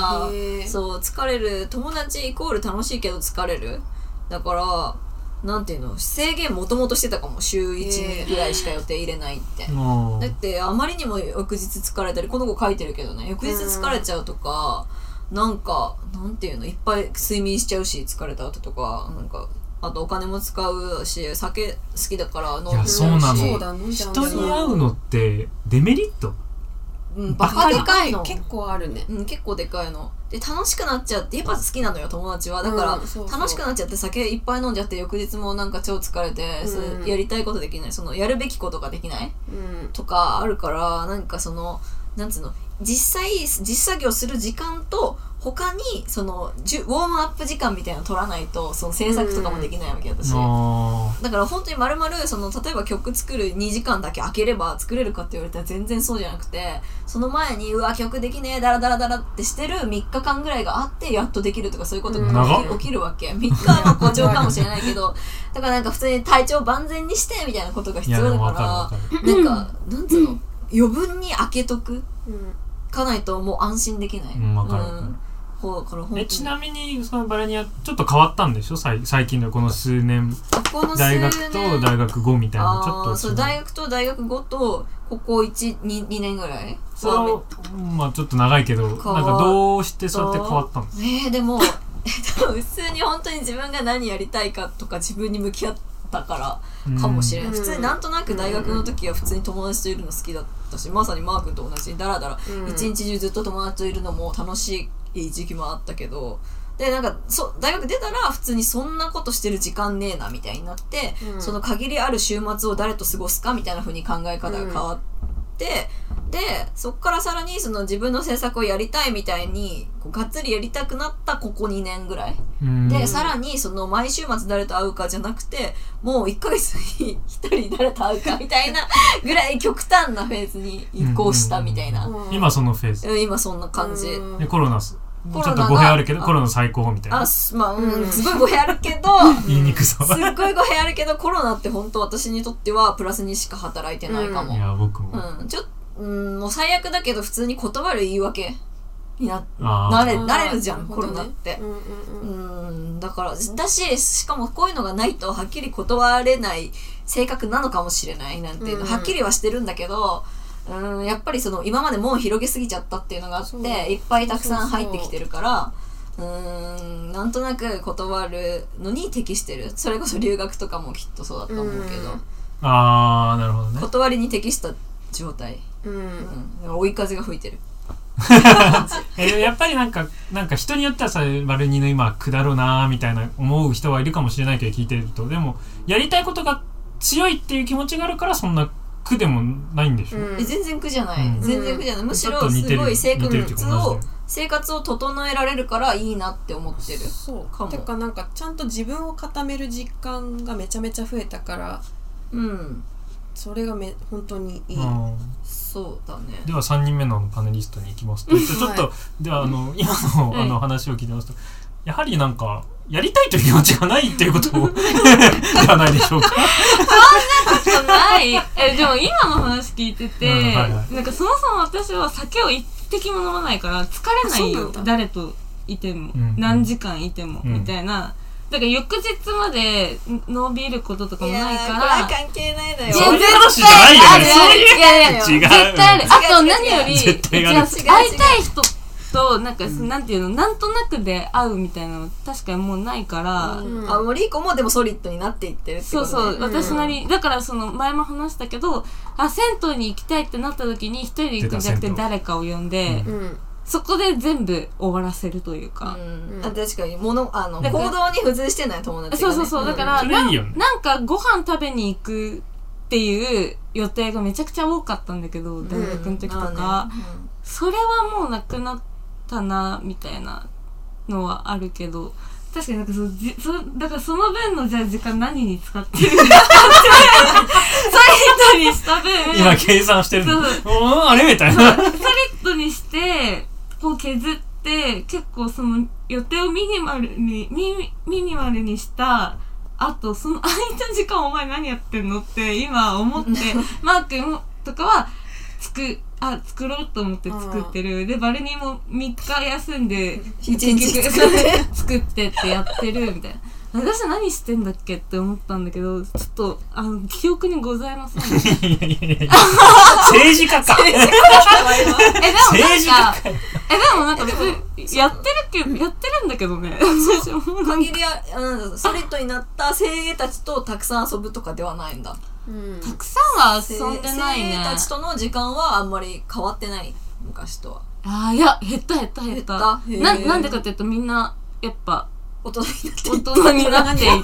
そう疲れる、友達イコール楽しいけど疲れるだから、なんていうの、制限もともとしてたかも。週1ぐらいしか予定入れないって、だってあまりにも翌日疲れたり、この子書いてるけどね、翌日疲れちゃうとか、 なんかなんていうのいっぱい睡眠しちゃうし疲れた後とかなんかあとお金も使うし酒好きだから飲んでるしそうなのそうだね人に会うのってデメリットバカでかいの結構あるね。 結構でかいので楽しくなっちゃってやっぱ好きなのよ友達はだから、 そうそう楽しくなっちゃって酒いっぱい飲んじゃって翌日もなんか超疲れて、それやりたいことできないそのやるべきことができない、とかあるからなんかそのなんつうの実作業する時間と他にそのウォームアップ時間みたいなの取らないとその制作とかもできないわけ私、だから本当に丸々その例えば曲作る2時間だけ空ければ作れるかって言われたら全然そうじゃなくてその前にうわ曲できねえダラダラダラってしてる3日間ぐらいがあってやっとできるとかそういうことが起きるわけ3日は誇張かもしれないけどだからなんか普通に体調万全にしてみたいなことが必要だからなんかなんつうの余分に開けとくかないともう安心できない。 わかる。ちなみにそのバレニアちょっと変わったんでしょ最近のこの数年大学と大学後みたいなちょっとそう大学と大学後とここ 2年ぐらいそうまあちょっと長いけどなんかどうしてそうやって変わったの？ でも普通に本当に自分が何やりたいかとか自分に向き合ったからかもしれない、普通になんとなく大学の時は普通に友達といるの好きだったし、まさにマー君と同じにダラダラ一日中ずっと友達といるのも楽しい時期もあったけどでなんか大学出たら普通にそんなことしてる時間ねえなみたいになって、その限りある週末を誰と過ごすかみたいな風に考え方が変わって、でそっからさらにその自分の制作をやりたいみたいにこうがっつりやりたくなったここ2年ぐらいでさらにその毎週末誰と会うかじゃなくてもう1ヶ月に1人誰と会うかみたいなぐらい極端なフェーズに移行したみたいな、 今そのフェーズ今そんな感じでコロナちょっと語弊あるけどコロナ最高みたいなすごい語弊あるけど言いにくそうすっごい語弊あるけどコロナって本当私にとってはプラスにしか働いてないかも、 いや僕も、 もう最悪だけど普通に断る言い訳になれるじゃん、コロナって、だからだしかもこういうのがないとはっきり断れない性格なのかもしれないなんていうの、はっきりはしてるんだけどやっぱりその今まで門を広げすぎちゃったっていうのがあっていっぱいたくさん入ってきてるからなんとなく断るのに適してる。それこそ留学とかもきっとそうだと思うけど、 なるほどね、 断りに適した状態、追い風が吹いてるやっぱりなんか人によってはさバルニーの今くだろうなみたいな思う人はいるかもしれないけど聞いてるとでもやりたいことが強いっていう気持ちがあるからそんな苦でもないんでしょ、 全然苦じゃない、全然苦じゃない、むしろすごい生活を整えられるからいいなって思ってる。 そうかも。てかなんかちゃんと自分を固める実感がめちゃめちゃ増えたからそれが本当にいい。 そうだね。 では3人目のパネリストに行きますと、ちょっとでは今の話を聞いてますとやはりなんかやりたいという気持ちがないっていうことではないでしょうか。 そんなことない。でも今の話聞いてて、なんかそもそも私は酒を一滴も飲まないから疲れないよ。誰といても、何時間いても、みたいな。だから翌日まで伸びることとかもないから。 これは関係ないのよ。 そういう話じゃないよね。 違う。絶対ある。あと何より、会いたい人となんか、なんていうの、なんとなくで会うみたいなの確かにもうないから、 もうリーコもでもソリッドになっていってるってことね。 そう私なりだからその前も話したけど銭湯に行きたいってなった時に一人で行くんじゃなくて誰かを呼んで、そこで全部終わらせるというか、 確かに行動に付随してない友達がね。 そうだからなんかご飯食べに行くっていう予定がめちゃくちゃ多かったんだけど、大学の時とか、それはもうなくなったなみたいなのはあるけど、確かになんかだからその分のじゃあ時間何に使ってるんだってソリッドにした分今計算してるのあれみたいなソリッドにしてこう削って結構その予定をミニマルにしたあとその空いた時間お前何やってんのって今思ってマー君とかは作ろうと思って作ってる。でバルニーも3日休んで 1日作ってってやってるみたいな。私は何してんだっけって思ったんだけど、ちょっと記憶にございません。 政治家か。 でもなんか別にやってるんだけどね。私も限りソリッドになった精鋭たちとたくさん遊ぶとかではないんだ。 たくさんは遊んでないね。 精鋭たちとの時間はあんまり変わってない、昔とは。 いや、減った。なんでかっていうと、みんな、やっぱ、 大人になっていた。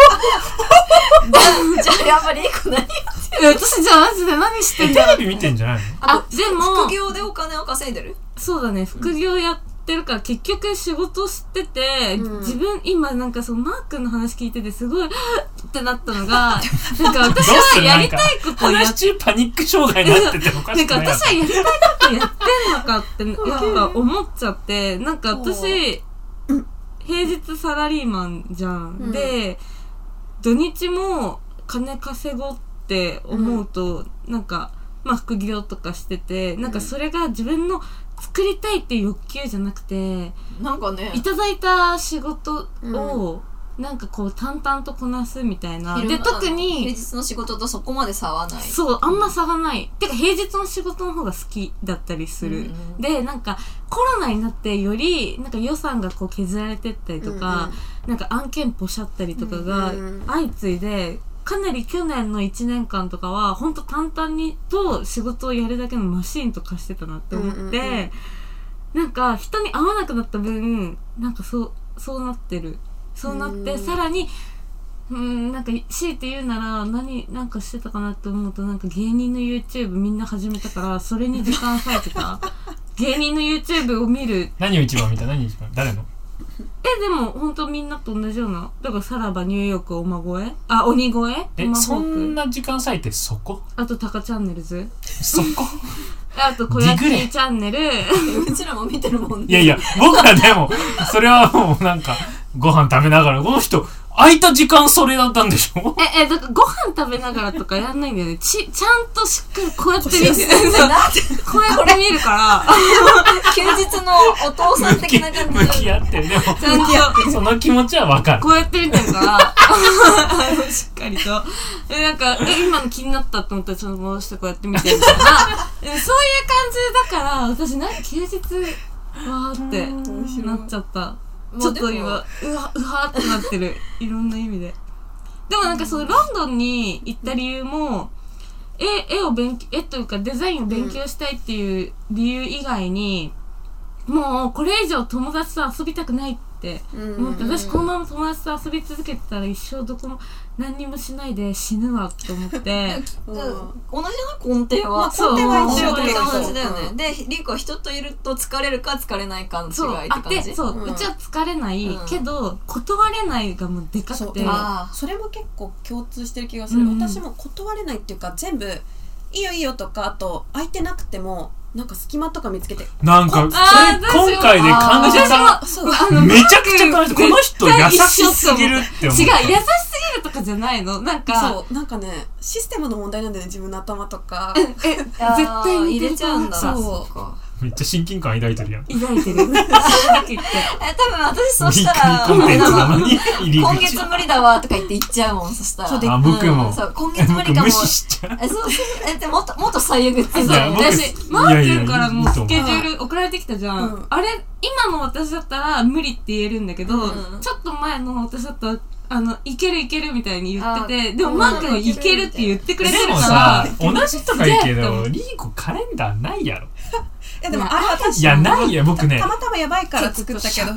じゃあやっぱり私じゃあマジで何してんだテレビ見てんじゃないの？ でも副業でお金を稼いでる？ そうだね、副業やってるから結局仕事してて、自分今なんかマー君の話聞いててすごいってなったのが、なんか私はやりたいことをやっ話中パニック障害になってておかしくない。 なんか私はやりたいことやってんのかってやっぱ思っちゃって、なんか私平日サラリーマンじゃん、で土日も金稼ごうって思うと、なんかまあ副業とかしてて、なんかそれが自分の作りたいっていう欲求じゃなくて、 なんかね、 いただいた仕事をなんかこう淡々とこなすみたいな。で特に平日の仕事とそこまで差はない。 そうあんま差がない。てか平日の仕事の方が好きだったりする。でなんかコロナになってよりなんか予算がこう削られてったりとか、なんか案件ポシャったりとかが相次いで。かなり去年の1年間とかはほんと淡々にと仕事をやるだけのマシーンとかしてたなって思って、なんか人に会わなくなった分なんかそうなってる。そうなってさらになんか強いて言うならなんかしてたかなって思うと、なんか芸人の YouTube みんな始めたからそれに時間割いてた。芸人の YouTube を見る。 何を一番見た？何一番？誰の？ でも本当みんなと同じような。だからさらばニューヨーク鬼越そんな時間割いてそこ？ あとタカチャンネルズそこ？ あと小屋チチャンネル。 うちらも見てるもんね。 いやいや、僕らでもそれはもうなんかご飯食べながら、この人空いた時間それだったんでしょ？ だからご飯食べながらとかやんないんだよね。ちゃんとしっかりこうやって見てこうやって見るから休日のお父さん的な感じで向き合ってる。でもちゃんとその気持ちはわかる。 こうやって見てるからしっかりとなんか今の気になったと思ったらちょっと戻してこうやって見てるみたいなそういう感じだから私休日わーってなっちゃった。ちょっと今うわーってなってる。いろんな意味で。でもなんかロンドンに行った理由も絵というかデザインを勉強したいっていう理由以外に、もうこれ以上友達と遊びたくないって思って、私このまま友達と遊び続けてたら一生どこも何にもしないで死ぬわって思って同じな根底は、 根底は一緒同じだよね。でリーコは人といると疲れるか疲れないかの違いって感じ。 うちは疲れないけど断れないがもうでかくて、 それも結構共通してる気がする。私も断れないっていうか、全部いいよいいよとか、あと空いてなくてもなんか隙間とか見つけて、 なんかそれ今回で感じた。めちゃくちゃ感じた。この人優しすぎるって思った。 違う、優しすぎるとかじゃないの。なんかなんかね、システムの問題なんだよね、自分の頭とか。 絶対入れちゃうんだ。 そうめっちゃ親近感抱いてるやん。 抱いてる。 多分私そうしたら今月無理だわとか言って言っちゃうもん。そしたら僕も今月無理かも。 無視しちゃう。 そうもっと最悪って。 私マー君からもスケジュール送られてきたじゃん。あれ今の私だったら無理って言えるんだけど、ちょっと前の私だったらいけるみたいに言ってて、でもマー君はいけるって言ってくれてるから。 でもさ、同じとか言うけどリーコカレンダーないやろ。 でもあれ私いやないや、僕ねたまたまやばいから作ったけど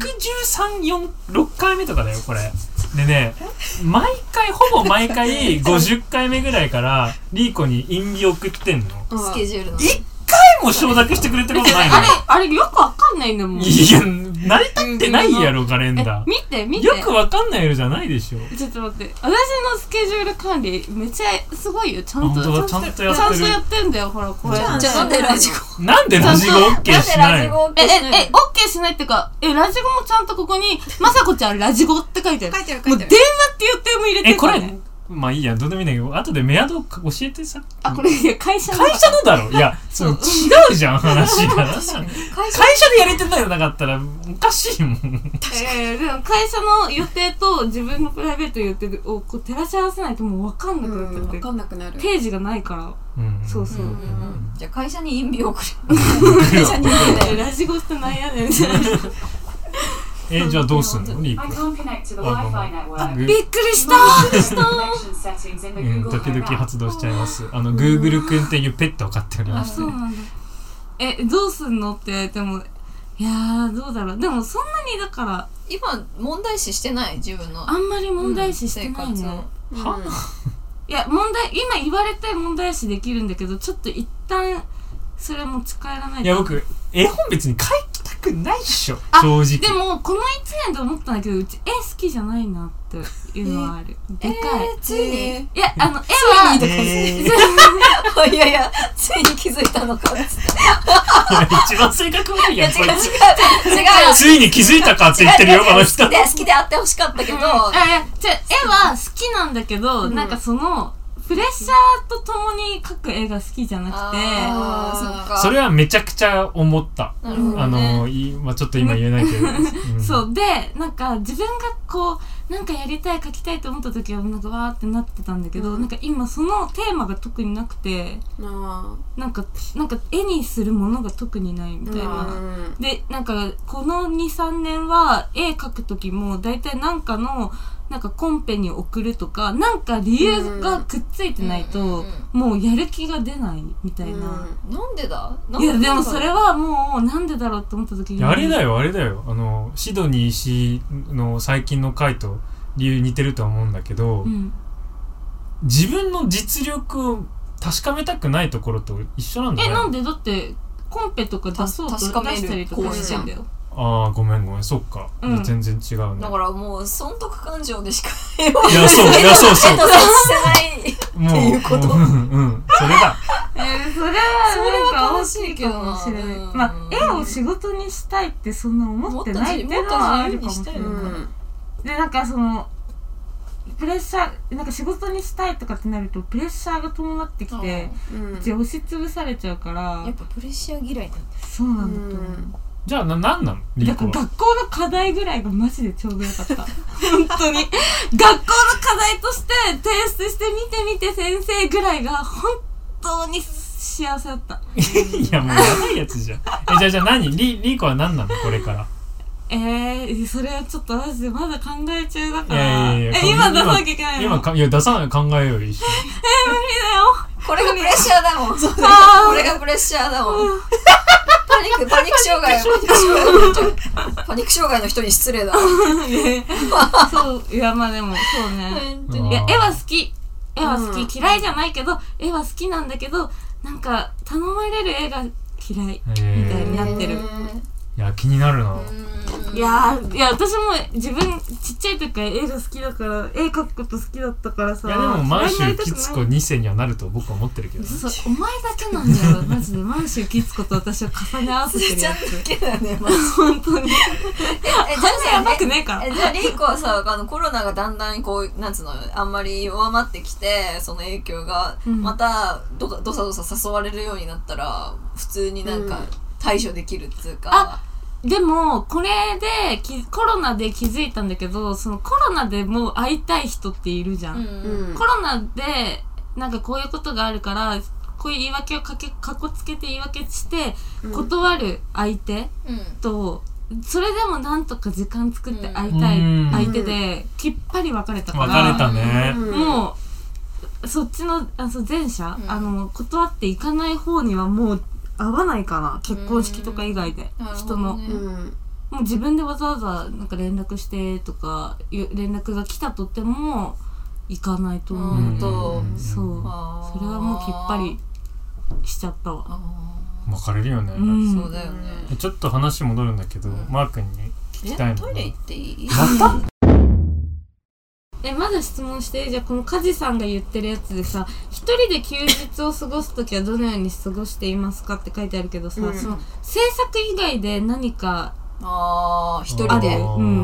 113、6回目とかだよこれでね、ほぼ毎回50回目ぐらいからリーコに印字送ってんの。 スケジュールの 1回も承諾してくれてることないの。 あれよくわかんないんだもん。 いや成り立ってないやろカレンダー。 見てよくわかんないやろじゃないでしょ。 ちょっと待って、私のスケジュール管理めっちゃすごいよ。ちゃんとやってんだよ。ほらこれ。 じゃあなんでラジゴ OK しないの？ OK しないってか、ラジゴもちゃんとここにまさこちゃんラジゴって書いてある。もう電話って予定も入れてるからね。 まあいいや、どうでもいいんだけど、後でメアド教えてさ。 これ会社のだろ。いや、違うじゃん話が。会社でやれてないのなかったらおかしいもん。でも会社の予定と自分のプライベート予定をこう照らし合わせないともう分かんなくなっちゃって。 分かんなくなる。 ページがないから。そう。 じゃあ会社に印尾送る。 会社に印尾ラジゴってなんやねん。 じゃあどうすんのリーコ。 びっくりした時々発動しちゃいます。Google くんっていうペットを飼っておりまして。 そうなんだ。どうすんのって言われても、いやーどうだろう。でもそんなにだから今問題視してない自分のあんまり問題視してないね。いや今言われて問題視できるんだけど、ちょっと一旦それ持ち帰らないと。 いや僕絵本別に描きたくないっしょ正直。 でもこの1年で思ったんだけど、うち絵好きじゃないなっていうのはある。でかい。 ついにいや絵はいやいやついに気づいたのかっつって。 一番性格悪いやん。 違うついに気づいたかって言ってるよこの人。 好きであってほしかったけど、 絵は好きなんだけど、なんかそのプレッシャーとともに描く絵が好きじゃなくて、 それはめちゃくちゃ思った。ちょっと今言えないけど、 そうでなんか自分がこうなんかやりたい描きたいと思った時はなんかわーってなってたんだけど、なんか今そのテーマが特になくて、なんか絵にするものが特にないみたいな。でなんかこの 2,3 年は絵描く時もだいたいなんかのなんかコンペに送るとかなんか理由がくっついてないともうやる気が出ないみたいな。 なんでだ？ いやでもそれはもうなんでだろうって思った時に、 あれだよシドニー氏の最近の回と理由似てるとは思うんだけど、自分の実力を確かめたくないところと一緒なんだよ。 なんで？だってコンペとか出そうと出したりとかしてんだよ。 ああごめんそっか、全然違うね。 だからもう損得感情でしかいやそうしてないっていうこと。 それだ。 それは悲しいけどな。 まあ絵を仕事にしたいってそんな思ってないっていうのはあるかもしれない。でなんかそのプレッシャーなんか仕事にしたいとかってなるとプレッシャーが伴ってきて、押しつぶされちゃうから。 やっぱプレッシャー嫌いなんだ。 そうなんだと思う。 じゃあなんなのリコは。 学校の課題ぐらいがマジでちょうどよかった。本当に学校の課題として提出して見て先生ぐらいが本当に幸せだった。 いやもうやばいやつじゃん。じゃあ何リコは何なのこれから。 それはちょっと私まだ考え中だから。今出さなきゃいけないの？ いや出さない考えよう一緒。 無理だよ。 これがプレッシャーだもん。これがプレッシャーだもん。パニック障害の人に失礼だ。 そういやまあでもそうね。いや絵は好き嫌いじゃないけど絵は好きなんだけどなんか頼まれる絵が嫌いみたいになってる。 いや気になるな。 いや私も自分ちっちゃい時から絵が好きだから絵描くこと好きだったからさ。 いやでも満州キツコ2世にはなると僕は思ってるけどね。 お前だけなんだよマジで。満州キツコと私は重ね合わせてるやつ。本当に。やばくねえから。 じゃあリーコはさコロナがだんだんこうなんつうのあんまり弱まってきてその影響がまたどさ誘われるようになったら普通になんか対処できるっつうか。 でもこれでコロナで気づいたんだけど、そのコロナでもう会いたい人っているじゃん。コロナでなんかこういうことがあるからこういう言い訳をかこつけて言い訳して断る相手と、それでもなんとか時間作って会いたい相手できっぱり別れたから。 別れたね。 もうそっちの前者断っていかない方にはもう合わないかな。結婚式とか以外で人の、もう自分でわざわざなんか連絡してとか連絡が来たとっても行かないと思うと、そうそれはもうきっぱりしちゃったわ。 別れるよね。 そうだよね。 ちょっと話戻るんだけど、マー君に聞きたいのが。 トイレ行っていい？ また？ まだ質問して。じゃあこのカジさんが言ってるやつでさ、一人で休日を過ごすときはどのように過ごしていますかって書いてあるけどさ、その制作以外で何か一人で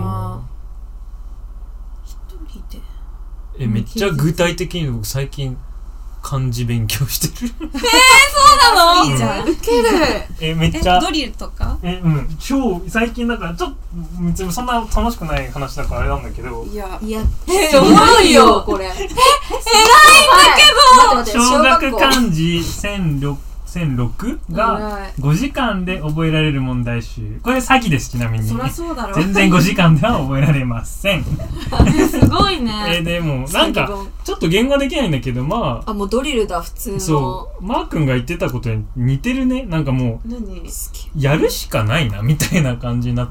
めっちゃ具体的に僕最近漢字勉強してる。 そうなの？ いいじゃん。 ウケる。 めっちゃドリルとか？ 超最近だからちょっとそんな楽しくない話だからあれなんだけど。 いやおもろいよこれ。偉いんだけど。 小学漢字 2006が5時間で覚えられる問題集。これ詐欺です。ちなみにそりゃそうだろ。 全然5時間では覚えられません。 すごいね。 でもなんかちょっと言語できないんだけど、まあもうドリルだ普通の。 そうマー君が言ってたことに似てるね。なんかもう何やるしかないなみたいな感じになって、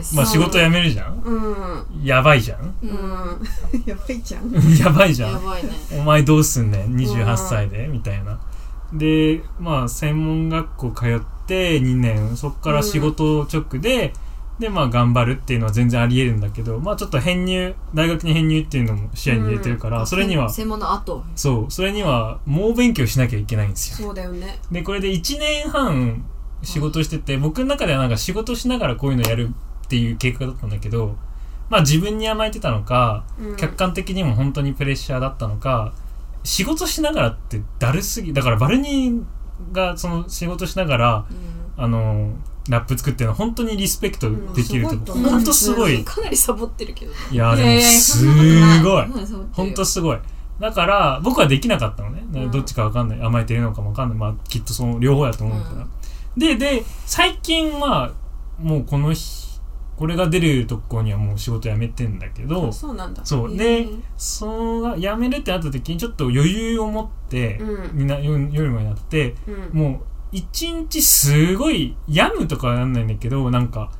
まあ仕事辞めるじゃん。やばいじゃん。 やばいじゃん。 やばいじゃん。 やばいね。 お前どうすんねん28歳でみたいな。でまあ専門学校通って2年、そっから仕事直で、でまあ頑張るっていうのは全然ありえるんだけど、まあちょっと大学に編入っていうのも視野に入れてるから、それには専門の後、 そうそれには猛勉強しなきゃいけないんですよ。 そうだよね。 でこれで1年半仕事してて、僕の中ではなんか仕事しながらこういうのやるっていう計画だったんだけど、まあ自分に甘えてたのか、客観的にも本当にプレッシャーだったのか、仕事しながらってだるすぎ、だからバルニーがその仕事しながら、ラップ作ってるのは本当にリスペクトできると思う。本当すごい。 かなりサボってるけどね。 いやでもすごい。本当すごい。だから僕はできなかったのね。どっちかわかんない。甘えてるのかもわかんない。まあきっとその両方やと思うから。で最近はもうこれが出るとこにはもう仕事辞めてんだけど、 そうなんだ。 そうで辞めるってなった時にちょっと余裕を持って、夜もになって、もう一日すごい病むとかはなんないんだけど、なんか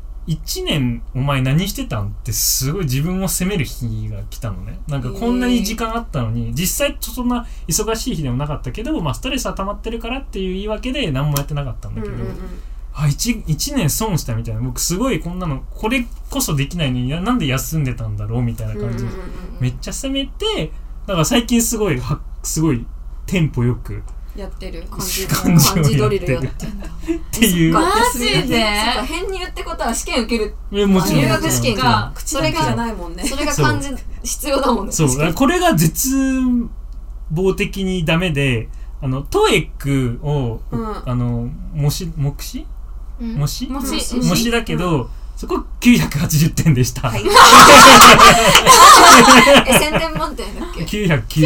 1年お前何してたんってすごい自分を責める日が来たのね。なんかこんなに時間あったのに、実際そんな忙しい日でもなかったけど、まあストレスは溜まってるからっていう言い訳で何もやってなかったんだけど、1年損したみたいな。僕すごいこんなのこれこそできないのになんで休んでたんだろうみたいな感じでめっちゃ責めて、だから最近すごいテンポよくやってる感じドリルやってんだっていう。 マジで編入ってことは試験受ける。 もちろん入学試験か。 それがじゃないもんね。 それが漢字必要だもんね。 そうこれが絶望的にダメで、トエックを模試だけど、そこ980点でした。 1000点満点だっけ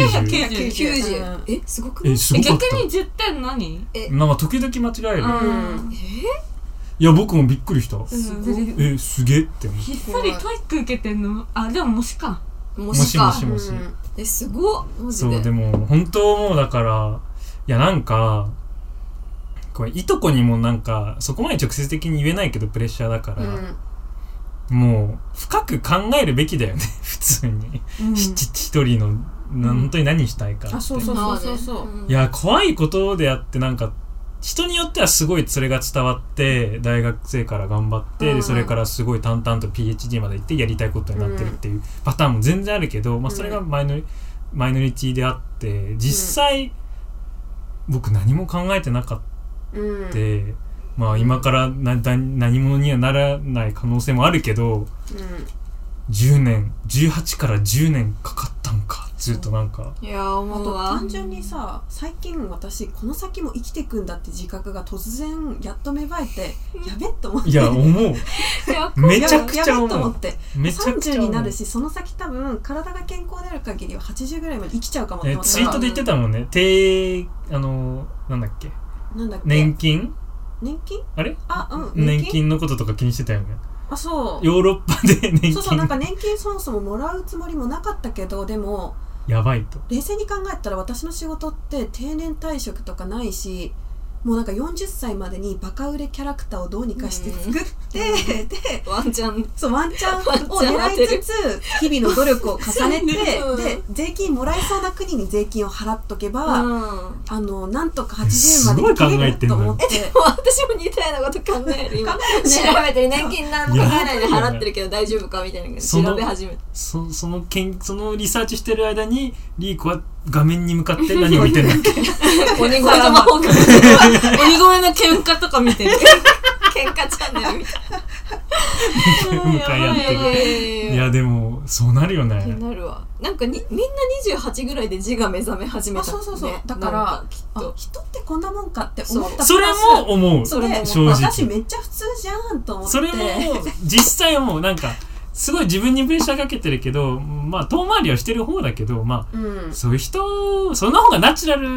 ？990。 すごくない？ すごかった。 逆に10点何？ なんか時々間違える。いや僕もびっくりした。すげえって思う。 ひっそりトイック受けてんの？でも模試か。 模試か。 すごっ。マジで。 そうでも本当もうだから、いやなんかこれいとこにもなんかそこまで直接的に言えないけどプレッシャーだから、もう深く考えるべきだよね普通に、一人の本当に何したいかって。 そういや怖いことであって、なんか人によってはすごいそれが伝わって大学生から頑張って、でそれからすごい淡々と PhD まで行ってやりたいことになってるっていうパターンも全然あるけど、まあそれがマイノリティであって、実際僕何も考えてなかった。まあ今から何者にはならない可能性もあるけど、18から10年かかったんかずっとなんか。 いや思うわ。 単純にさ、最近私この先も生きていくんだって自覚が突然やっと芽生えて、やべっと思って。 いや思うめちゃくちゃ思う。 やべっと思って。30になるし、その先多分体が健康である限りは80ぐらいまで生きちゃうかもって思ったら。 ツイートで言ってたもんね。なんだっけ年金あれ年金のこととか気にしてたよね。 そうヨーロッパで年金なんか年金そもそももらうつもりもなかったけど、でもやばいと冷静に考えたら私の仕事って定年退職とかないし、もうなんか40歳までにバカ売れキャラクターをどうにかして作って、でワンチャンを狙いつつ日々の努力を重ねてで税金もらえそうな国に税金を払っとけば、なんとか80まで生きれると思って。 私も似たようなこと考える今調べてる。年金何も考えないで払ってるけど大丈夫かみたいな調べ始めた。 そのリサーチしてる間にリーコは画面に向かって何を見てるんだっけ鬼越トマホーク鬼越の喧嘩とか見てる喧嘩チャンネルみたいな向かい合ってる。いやでもそうなるよね。 なるわ。なんかみんな28ぐらいで自我目覚め始めた。 そうだから人ってこんなもんかって思った。 それも思う。正直私めっちゃ普通じゃんと思って。 それも実際思う。なんかすごい自分にプレッシャーかけてるけど、まあ遠回りはしてる方だけど、まあ、そういう人その方がナチュラル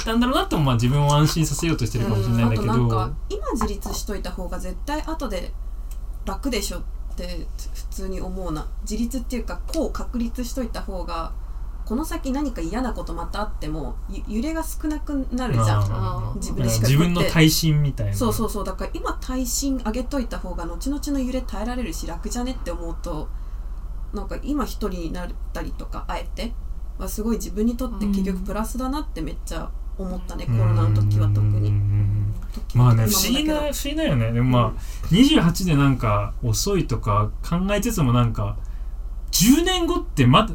たんだろうなとも、まあ自分を安心させようとしてるかもしれないんだけど、 あとなんか今自立しといた方が絶対後で楽でしょって普通に思うな。自立っていうかこう確立しといた方がこの先何か嫌なことまたあっても揺れが少なくなるじゃん。自分でしか自分の耐震みたいな。 そうそうそう、だから今耐震上げといた方が後々の揺れ耐えられるし楽じゃねって思うと、なんか今一人になったりとかあえてはすごい自分にとって結局プラスだなってめっちゃ思ったね、コロナの時は特に。 まあね、不思議だよね。でもまあ、28でなんか遅いとか考えつつもなんか10年後ってまだ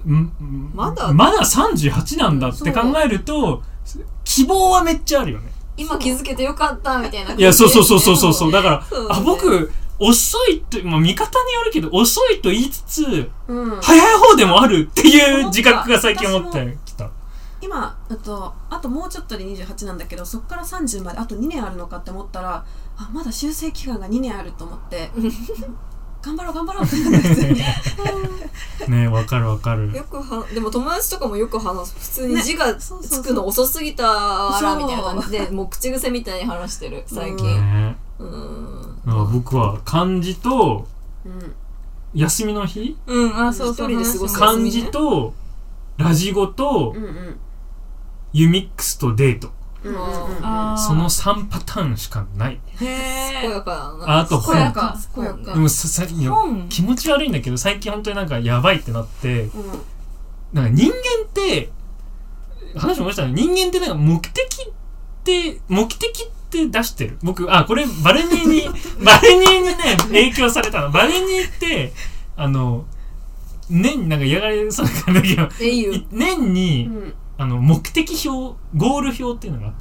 38なんだって考えると希望はめっちゃあるよね。 今気づけてよかったみたいな。 いや、そうだから、僕遅いと、まあ、見方によるけど遅いと言いつつ、早い方でもあるっていう自覚が最近思ってきた。 今あともうちょっとで28なんだけど、そっから30まであと2年あるのかって思ったら、まだ修正期間が2年あると思って頑張ろうってね、わかるよくでも友達とかもよく話す。普通に字がつくの遅すぎたらみたいな感じで、もう口癖みたいに話してる最近。 僕は漢字と休みの日、 一人で過ごす漢字とラジゴとユミックスとデート、その3パターンしかない。 健やかだな。 あと本。 健やか。 でも気持ち悪いんだけど最近本当になんかやばいってなって、なんか人間って話しましたね。人間ってなんか目的って出してる。僕これバレニーにね影響されたの。バレニーって年になんか嫌がりそうなんだけど、年に目的表、ゴール表っていうのがあって、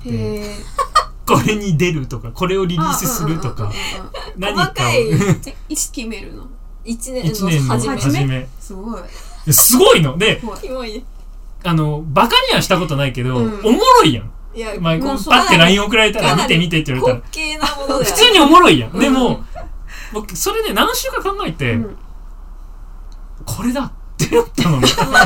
これに出るとかこれをリリースするとか、 何かいつ決めるの ？1年の初め。 すごいので、バカにはしたことないけど、おもろいやん。パッて LINE 送られたら見てって言われたら普通におもろいやん。でも僕それで何週か考えて、これだってなったのね。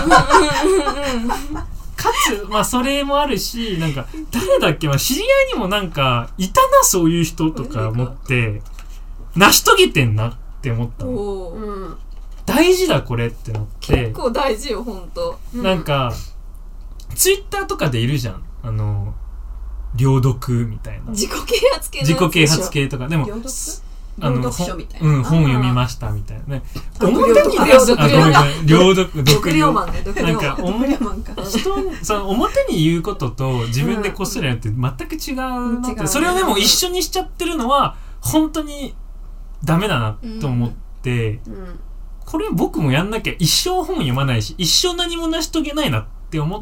かつまあそれもあるし、なんか誰だっけ、知り合いにもなんかいたなそういう人とか思って成し遂げてんなって思ったの。大事だこれってなって。 結構大事よ本当。 なんかツイッターとかでいるじゃん、領読みたいな自己啓発系とか。でも読書みたいな、 本読みましたみたいなね。 表に領読読量マンね。 なんか表に言うことと自分でこっそりやるって全く違うなって、それをでも一緒にしちゃってるのは本当にダメだなと思って、これ僕もやんなきゃ一生本読まないし一生何も成し遂げないなって思って、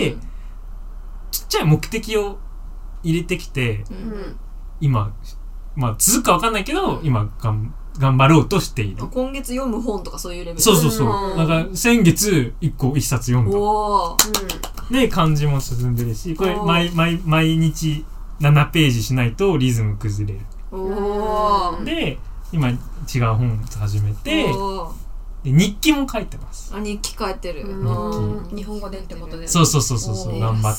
ちっちゃい目的を入れてきて、今まあ続くか分かんないけど今頑張ろうとしている。 今月読む本とかそういうレベル。 そうなんか先月1冊読んだ、で漢字も進んでるし、これ毎日7ページしないとリズム崩れる。で今違う本始めて、日記も書いてます。 日記書いてる。 日本語でってことで。 そう頑張って。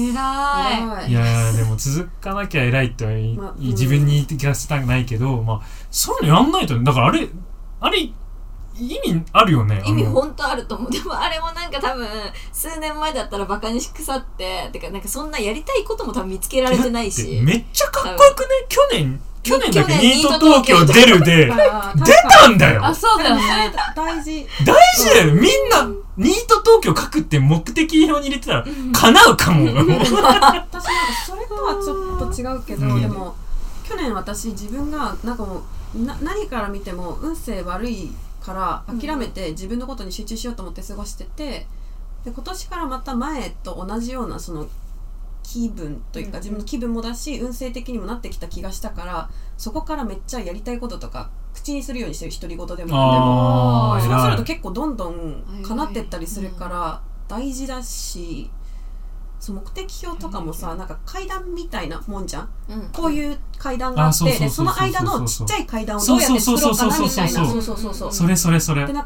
偉い。いやでも続かなきゃ偉いって自分に言い聞かせたくないけど、そういうのやんないと。だからあれ意味あるよね。 意味本当あると思う。でもあれもなんか多分数年前だったらバカにし腐っててか、なんかそんなやりたいことも多分見つけられてないし。 めっちゃかっこよくね。去年だけニート東京出るで出たんだよ。 そうだよね。 大事だよ。みんなニート東京書くって目的表に入れてたら叶うかも。 私なんかそれとはちょっと違うけど、でも去年私自分がなんかもう何から見ても運勢悪いから諦めて自分のことに集中しようと思って過ごしてて、で今年からまた前と同じようなその気分というか自分の気分もだし運勢的にもなってきた気がしたから、そこからめっちゃやりたいこととか口にするようにしてる。独り言でもそうすると結構どんどん叶ってったりするから大事だし、その目的表とかもさ、なんか階段みたいなもんじゃん、こういう階段があって、でその間のちっちゃい階段をどうやって作ろうかなみたいな。 それでなんか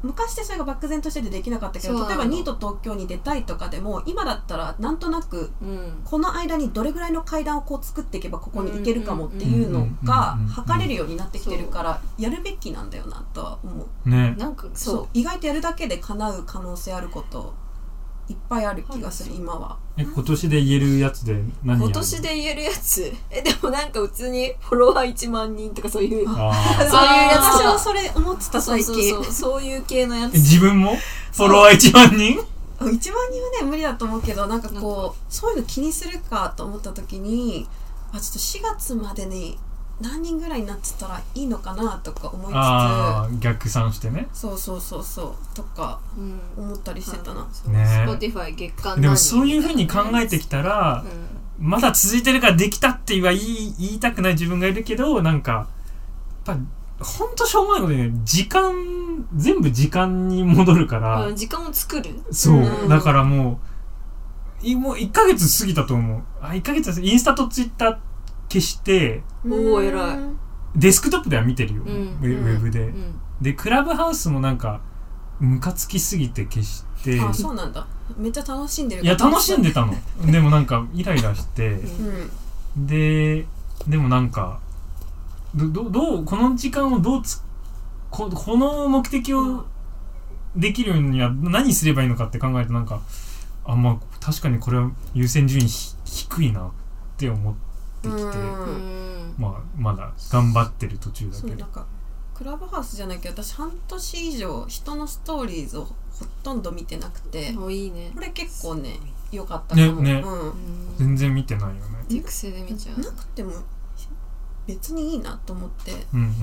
昔ってそれが漠然としててできなかったけど、 そうなの例えばニート東京に出たいとかでも今だったらなんとなくこの間にどれぐらいの階段をこう作っていけばここに行けるかもっていうのが測れるようになってきてるからやるべきなんだよなとは思う。 ね、 なんかそう意外とやるだけで叶う可能性あることいっぱいある気がする今は。 今年で言えるやつで何やる？ 今年で言えるやつでもなんか普通にフォロワー1万人とかそういうあそういうやつとか私はそれ思ってた最近。 そういう系のやつ。 自分もフォロワー1万人？ 1万人はね無理だと思うけど、なんかこうそういうの気にするかと思った時にちょっと4月までに何人ぐらいになってたらいいのかなとか思いつつ、 逆算してね。 そうとか思ったりしてたな。 ね、 Spotify 月間何人でもそういう風に考えてきたら、まだ続いてるからできたって言いたくない自分がいるけど、なんかやっぱほんとしょうがないことでね、全部時間に戻るから、 時間を作る。 そう、だからもう1ヶ月過ぎたと思う。1ヶ月インスタとツイッター消して偉い。 デスクトップでは見てるよ、ウんェブで、でクラブハウスもなんかムカつきすぎて消して。 そうなんだ。めっちゃ楽しんでる。 いや楽しんでたのでもなんかイライラして、でもなんかどうこの時間をこの目的をできるには何すればいいのかって考えると、なんかまあ確かにこれは優先順位低いなって思ってきて、まだ頑張ってる途中だけど。 なんかクラブハウスじゃないけど私半年以上人のストーリーズをほとんど見てなくて、 いいね。 これ結構ね良かったかも。 全然見てないよね。 手癖で見ちゃう。 なくても別にいいなと思って。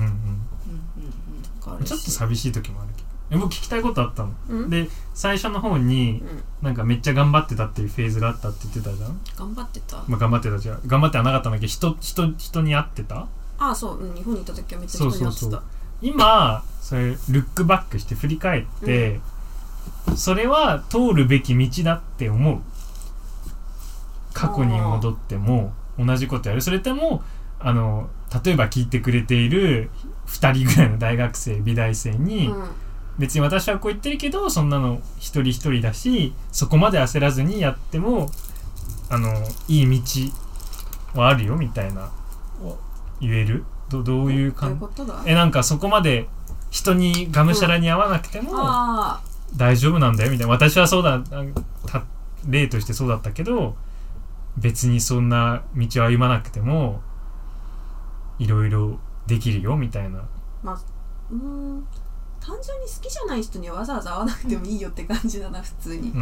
ちょっと寂しい時もあるけど、僕聞きたいことあったの、で最初の方に、なんかめっちゃ頑張ってたっていうフェーズがあったって言ってたじゃん。 頑張ってた、 頑張ってたじゃん。頑張ってはなかったんだけど、人に会ってた。 そう、日本にいた時はめっちゃ人に会ってた。 今それルックバックして振り返って、それは通るべき道だって思う。過去に戻っても同じことやる。それとも例えば聞いてくれている2人ぐらいの大学生美大生に、別に私はこう言ってるけどそんなの一人一人だし、そこまで焦らずにやってもいい道はあるよみたいな言える？どういう感じ？なんかそこまで人にがむしゃらに会わなくても大丈夫なんだよみたいな。私はそうだ、例としてそうだったけど、別にそんな道を歩まなくてもいろいろできるよみたいな。 単純に好きじゃない人にはわざわざ会わなくてもいいよって感じだな普通に。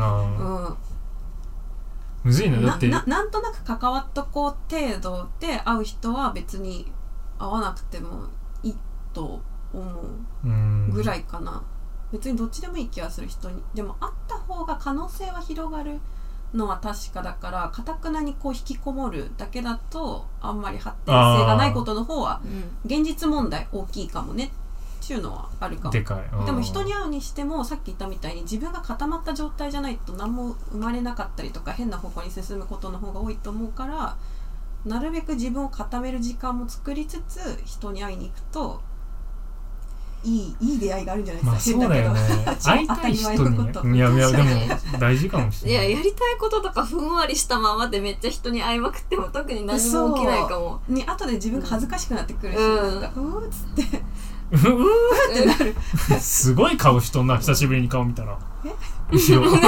むずいね。だってなんとなく関わっとこう程度で会う人は別に会わなくてもいいと思うぐらいかな。別にどっちでもいい気がする人に。でも会った方が可能性は広がるのは確かだから、かたくなにこう引きこもるだけだとあんまり発展性がないことの方は現実問題大きいかもねっていうのはあるかも。 でかい。 でも人に会うにしてもさっき言ったみたいに自分が固まった状態じゃないと何も生まれなかったりとか変な方向に進むことの方が多いと思うから、なるべく自分を固める時間も作りつつ人に会いに行くといい出会いがあるんじゃないですか。 そうだよね。会いたい人に、いやでも大事かもしれない。 やりたいこととかふんわりしたままでめっちゃ人に会いまくっても特に何も起きないかも。 後で自分が恥ずかしくなってくるし、なんかっつってってなる。すごい顔しとんな、久しぶりに顔見たら。後ろ。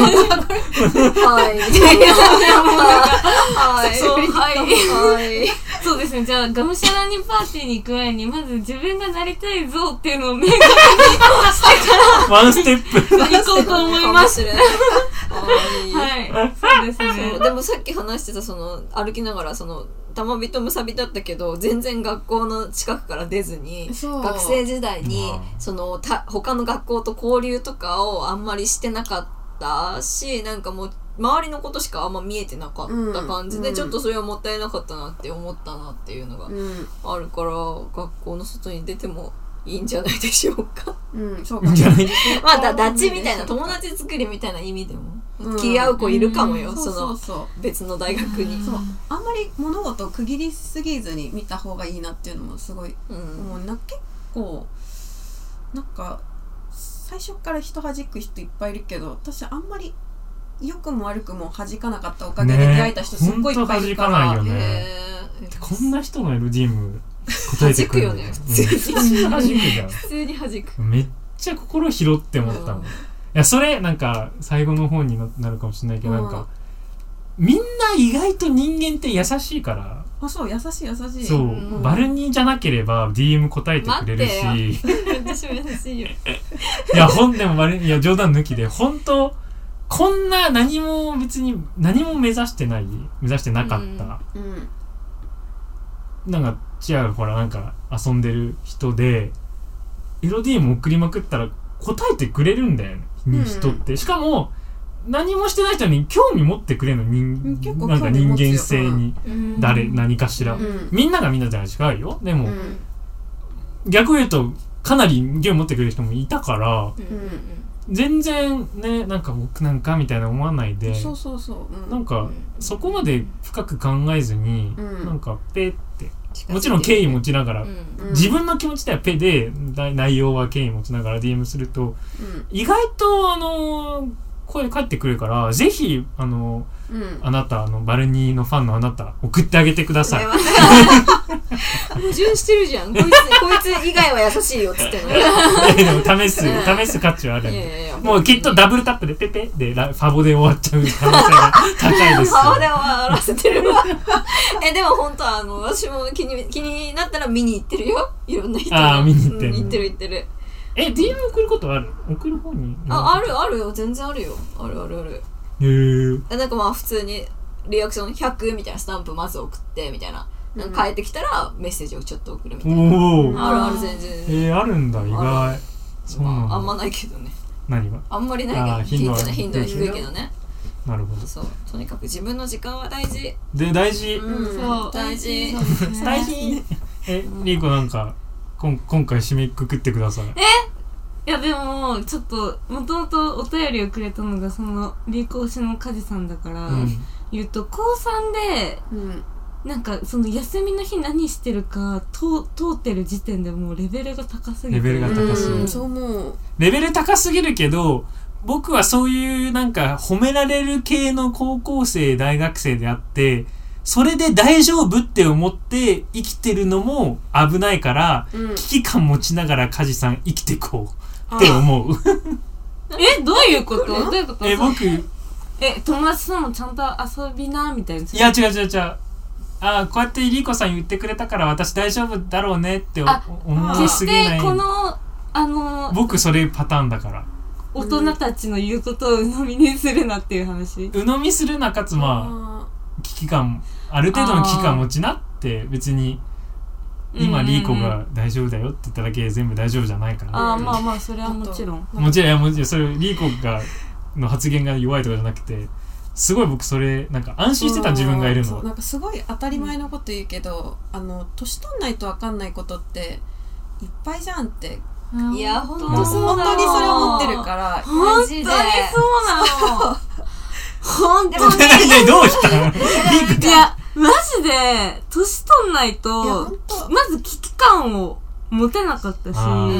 そうですね。じゃあがむしゃらにパーティーに行く前にまず自分がなりたいぞっていうのを明確にしてからワンステップ行こうと思います。 はい、そうですね。でもさっき話してたその歩きながら玉火とむさびだったけど全然学校の近くから出ずに、学生時代に他の学校と交流とかをあんまりしてなかったし、なんかもう周りのことしかあんま見えてなかった感じで、ちょっとそれはもったいなかったなって思ったなっていうのがあるから、学校の外に出てもいいんじゃないでしょうか。 そうかもしれない。 まあダチみたいな友達作りみたいな意味でも気合う子いるかもよ、別の大学に。 あんまり物事を区切りすぎずに見た方がいいなっていうのもすごい思う。結構なんか最初から人弾く人いっぱいいるけど、私あんまり良くも悪くも弾かなかったおかげで出会えた人すっごいいっぱいいるから、 ほんと弾かないよね。こんな人の LDM 答えてくる弾くよね、普通に弾くじゃん。 普通に弾く。 めっちゃ心拾って思ったもん。いや、それなんか最後の方になるかもしれないけど、なんかみんな意外と人間って優しいから。 あ、そう、優しい優しい。 そう、バルニーじゃなければ DM 答えてくれるし。 私も優しいよ。 いや、でもいや、冗談抜きで、本当こんな別に何も目指してなかった。なんか違う、ほら、なんか遊んでる人で、LDM 送りまくったら答えてくれるんだよね、人って。しかも、何もしてない人に興味持ってくれるの、なんか人間性に、何かしら。みんながみんなじゃ違うよ。でも、逆を言うと、かなり興味持ってくれる人もいたから、全然ね、なんか僕なんかみたいな思わないで、なんかそこまで深く考えずに、なんかペって、もちろん敬意持ちながら、自分の気持ちではペで、内容は敬意持ちながら DM すると、意外と声返ってくるから、ぜひあなたバルニーのファンのあなた送ってあげてください。 矛盾してるじゃん。こいつ以外は優しいよっつってんの。 でも試す価値はあるんで。もうきっとダブルタップでペペでファボで終わっちゃう可能性が高いです。 ファボで終わらせてるわ。でも本当私も気になったら見に行ってるよ。いろんな人が。 見に行ってる。 行ってる。 DM 送ることある？送る方に？ あるよ。全然あるよ。ある。 へー。 なんかまあ普通にリアクション100みたいなスタンプまず送ってみたいな。なんか返ってきたらメッセージをちょっと送るみたいな。ある全然。 あるんだ、意外。そうなんだ。 あんまないけどね。 何が？あんまりないけど、頻度は低いけどね。 なるほど。 そう、とにかく自分の時間は大事。 大事。 そう、大事。 大事。リーコなんか今回締めくくってください。 いやでもちょっともともとお便りをくれたのがそのリーコ推しのカジさんだから、言うと高3で、なんかその休みの日何してるか通ってる時点でもうレベルが高すぎて。 レベルが高すぎる。 そう思う。 レベル高すぎるけど、僕はそういうなんか褒められる系の高校生大学生であって、それで大丈夫って思って生きてるのも危ないから、危機感持ちながらカジさん生きていこうって思う。 どういうこと？どういうこと？ 僕友達ともちゃんと遊びなみたいな。 いや違う。こうやってリーコさん言ってくれたから私大丈夫だろうねって思いすぎない。 決してこの僕それパターンだから。 大人たちの言うことを鵜呑みにするなっていう話。 鵜呑みするなかつ危機感、ある程度の危機感持ちなって。別に今リーコが大丈夫だよって言っただけで全部大丈夫じゃないから。 まあそれはもちろんそれリーコの発言が弱いとかじゃなくて、すごい僕それなんか安心してた自分がいるの。 なんかすごい当たり前のこと言うけど、年取んないと分かんないことっていっぱいじゃんって。 いや本当にそれ思ってるから。 本当にそうなの。本当にどうした？いやマジで年取んないとまず危機感を持てなかったし、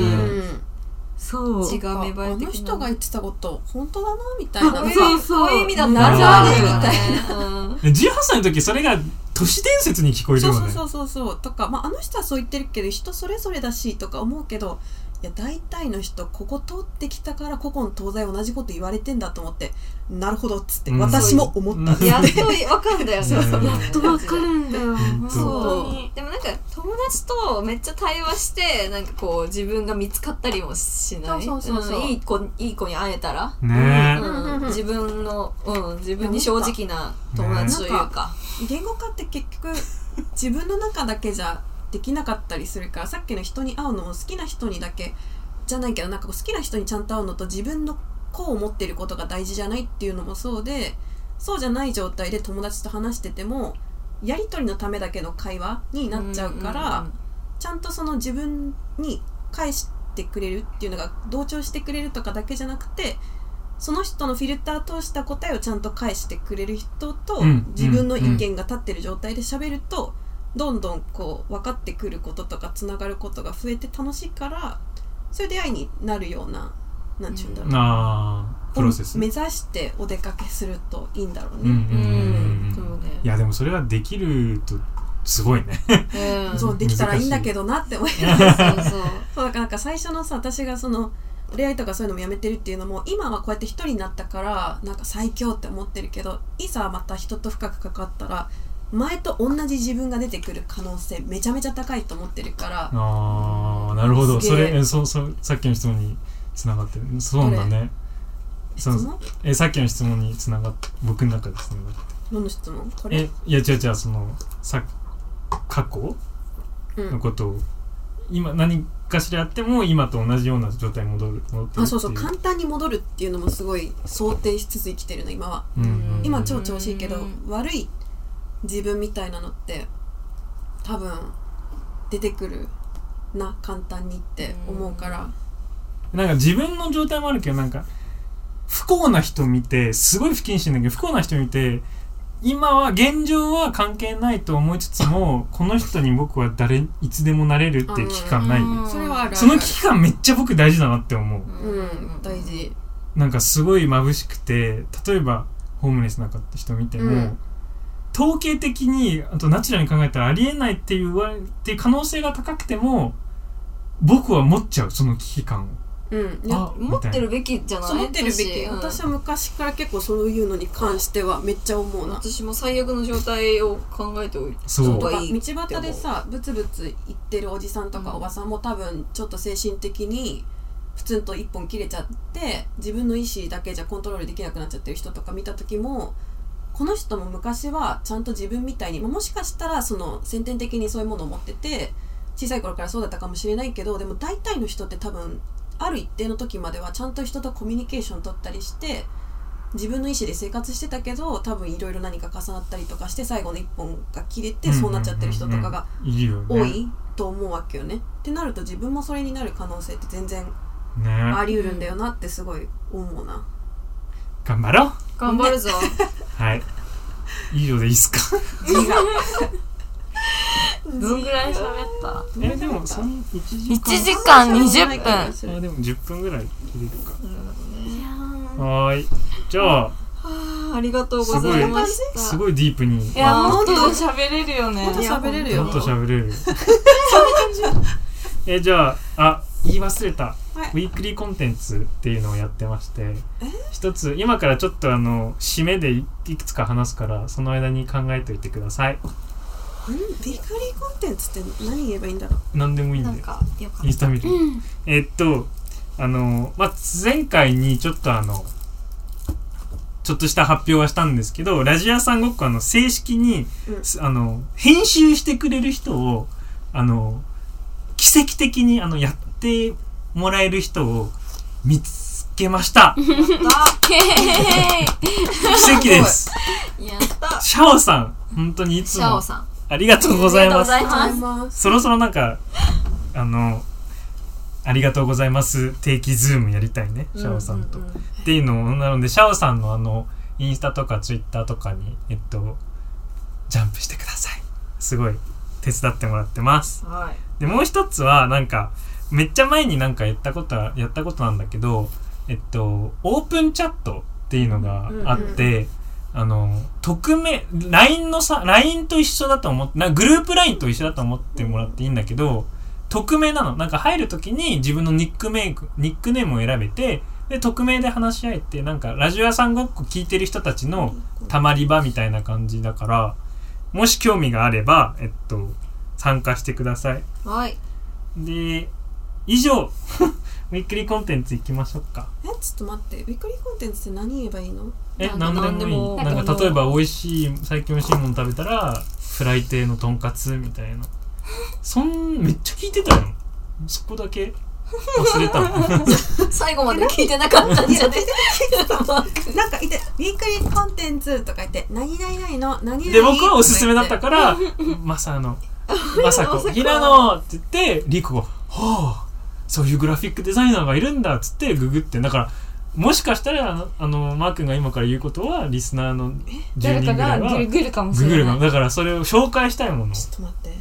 そう血が芽生えてきた。 人が言ってたこと本当だなみたいな。 そういう意味だったらみたいな。 18歳の時それが都市伝説に聞こえるよね。 そうとか、あの人はそう言ってるけど人それぞれだしとか思うけど、いや大体の人ここ通ってきたから古今東西同じこと言われてんだと思って、なるほどっつって、私も思った。 やっとわかるんだよ。 やっとわかるんだよ。 そう。でもなんか友達とめっちゃ対話してなんかこう自分が見つかったりもしない。いい子に会えたらね。 自分に正直な友達というか。 言語化って結局自分の中だけじゃできなかったりするから、さっきの人に会うのも好きな人にだけじゃないけど、なんか好きな人にちゃんと会うのと自分のこう思ってることが大事じゃないっていうのもそうで、そうじゃない状態で友達と話しててもやり取りのためだけの会話になっちゃうから、ちゃんとその自分に返してくれるっていうのが同調してくれるとかだけじゃなくて、その人のフィルター通した答えをちゃんと返してくれる人と自分の意見が立ってる状態で喋ると、どんどんこう分かってくることとかつながることが増えて楽しいから、そういう出会いになるようななんちゅうんだろう、 プロセス目指してお出かけするといいんだろうね。 そうね。 いやでもそれができるとすごいね。 そうできたらいいんだけどなって思います。 そうそうだからなんか最初のさ、私がその恋愛とかそういうのもやめてるっていうのも、今はこうやって一人になったからなんか最強って思ってるけど、いざまた人と深く関わったら前と同じ自分が出てくる可能性めちゃめちゃ高いと思ってるから。 なるほど。それさっきの質問につながってる。そうだね。 質問？ さっきの質問につながって、僕の中でつながって。 何の質問？これ？ いや違うその過去のことを、今何かしらやっても今と同じような状態に戻ってるっていう。 そう簡単に戻るっていうのもすごい想定しつつ生きてるの今は。今超調子いいけど悪い自分みたいなのって多分出てくるな、簡単にって思うから。 なんか自分の状態もあるけど、なんか不幸な人見て、すごい不謹慎だけど不幸な人見て、今は現状は関係ないと思いつつも、この人に僕はいつでもなれるっていう危機感ない？ それはある。 その危機感めっちゃ僕大事だなって思う。 大事。 なんかすごい眩しくて、例えばホームレスな人見ても、統計的にあとナチュラルに考えたらありえないっていう可能性が高くても、僕は持っちゃう、その危機感を。 持ってるべきじゃない？ そう持ってるべき。私は昔から結構そういうのに関してはめっちゃ思うな。 私も最悪の状態を考えておいた方がいい。 道端でさ、ブツブツ言ってるおじさんとかおばさんも多分ちょっと精神的にプツンと一本切れちゃって、自分の意思だけじゃコントロールできなくなっちゃってる人とか見た時も、この人も昔はちゃんと自分みたいに、もしかしたらその先天的にそういうものを持ってて、小さい頃からそうだったかもしれないけど、でも大体の人って多分ある一定の時まではちゃんと人とコミュニケーション取ったりして自分の意思で生活してたけど、多分いろいろ何か重なったりとかして最後の一本が切れてそうなっちゃってる人とかが多いと思うわけよね。ってなると自分もそれになる可能性って全然あり得るんだよなってすごい思うな。 頑張ろう。 頑張るぞ。 はい。以上でいいっすか？ どんぐらい喋った？ でもその 1時間20分。 でも10分ぐらい切れるか。はい。じゃあありがとうございました。 すごいディープに。 いやもっと喋れるよね。 もっと喋れるよ。 もっと喋れる。じゃあ言い忘れた。ウィークリーコンテンツっていうのをやってまして、一つ今からちょっと締めでいくつか話すから、その間に考えておいてください。 ウィークリーコンテンツって何言えばいいんだろう。 何でもいいんだよ。インスタ見る。前回にちょっとちょっとした発表はしたんですけど、ラジアさんごっこ正式に、編集してくれる人を奇跡的にやってもらえる人を見つけました。奇跡です。 やった。 シャオさん、本当にいつもシャオさんありがとうございます。 ありがとうございます。 そろそろなんかありがとうございます定期ズームやりたいね、シャオさんと、っていうのなので、シャオさんのインスタとかツイッターとかにジャンプしてください。すごい手伝ってもらってます。 はい。 でもう一つはなんかめっちゃ前になんかやったことなんだけど、オープンチャットっていうのがあって、匿名 LINE と一緒だと思って、グループ LINE と一緒だと思ってもらっていいんだけど、匿名なの。なんか入るときに自分のニックネームを選べて、で匿名で話し合えて、なんかラジオ屋さんごっこ聞いてる人たちのたまり場みたいな感じだから、もし興味があれば参加してください。 はい。 で以上ウィークリーコンテンツいきましょうか。 ちょっと待って、ウィークリーコンテンツって何言えばいいの？ 何でもいい。なんか例えば最近美味しいもの食べたらフライ亭のとんかつみたいな。めっちゃ聞いてたよ。そこだけ忘れたの。 最後まで聞いてなかったんじゃね。 なんかいて、ウィークリーコンテンツとか言って、何々の何々 で、僕はおすすめだったからまさこ平野って言って、リコがはあ、そういうグラフィックデザイナーがいるんだっつってググって、だからもしかしたらマー君が今から言うことはリスナーの10人ぐらいはググるかもしれない。 だからそれを紹介したいもの。 ちょっと待って、ちょっと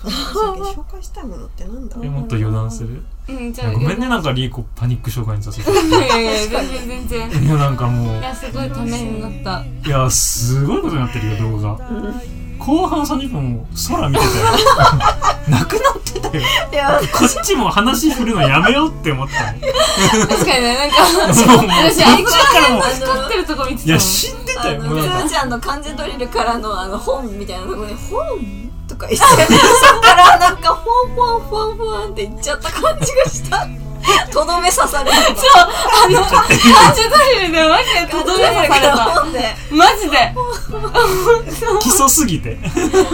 紹介したいものってなんだろう。 もっと余談する？ じゃあごめんね、なんかリーコパニック障害にさせて。 いや全然いやなんかもう、 いやすごいためになった。 いやすごいことになってるよ動画。後半30分も空見てたよ。なくなってたよ。 いやこっちも話振るのやめようって思ったの。 確かにね、なんか私あいつからも光ってるとこ見てた。 いや死んでたよ。もうなんかつーちゃんの漢字ドリルからの本みたいなところに本とか言ってそっからなんかフォンフォンフォンフォンって言っちゃった感じがした。とどめ刺された。そう漢字ドリルでマジでとどめ刺された。マジで基礎すぎて。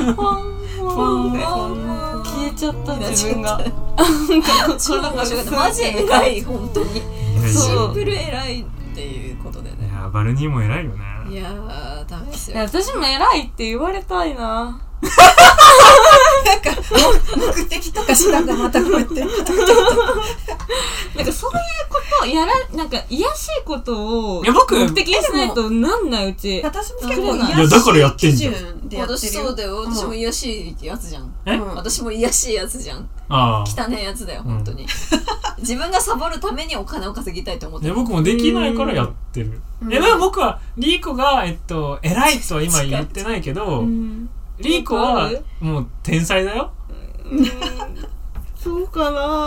消えちゃった自分が。 心がマジ偉い本当に。シンプル偉いっていうことでね。 いやバルニーも偉いよね。 いやーダメですよ。 私も偉いって言われたいな。 なんか目的とかしながらまたこうやってなんかそういうことやらなんか癒やしいことをいや僕目的にしないとなんないうち。 私も結構いやだからやってんじゃん。 私そうだよ。私も癒やしいやつじゃん。 え私も癒やしいやつじゃん。 ああ。 汚ねえやつだよ本当に。自分がサボるためにお金を稼ぎたいと思ってる。 僕もできないからやってる。でも僕はリーコが偉いとは今言ってないけど。リーコはもう天才だよ。 そうかな。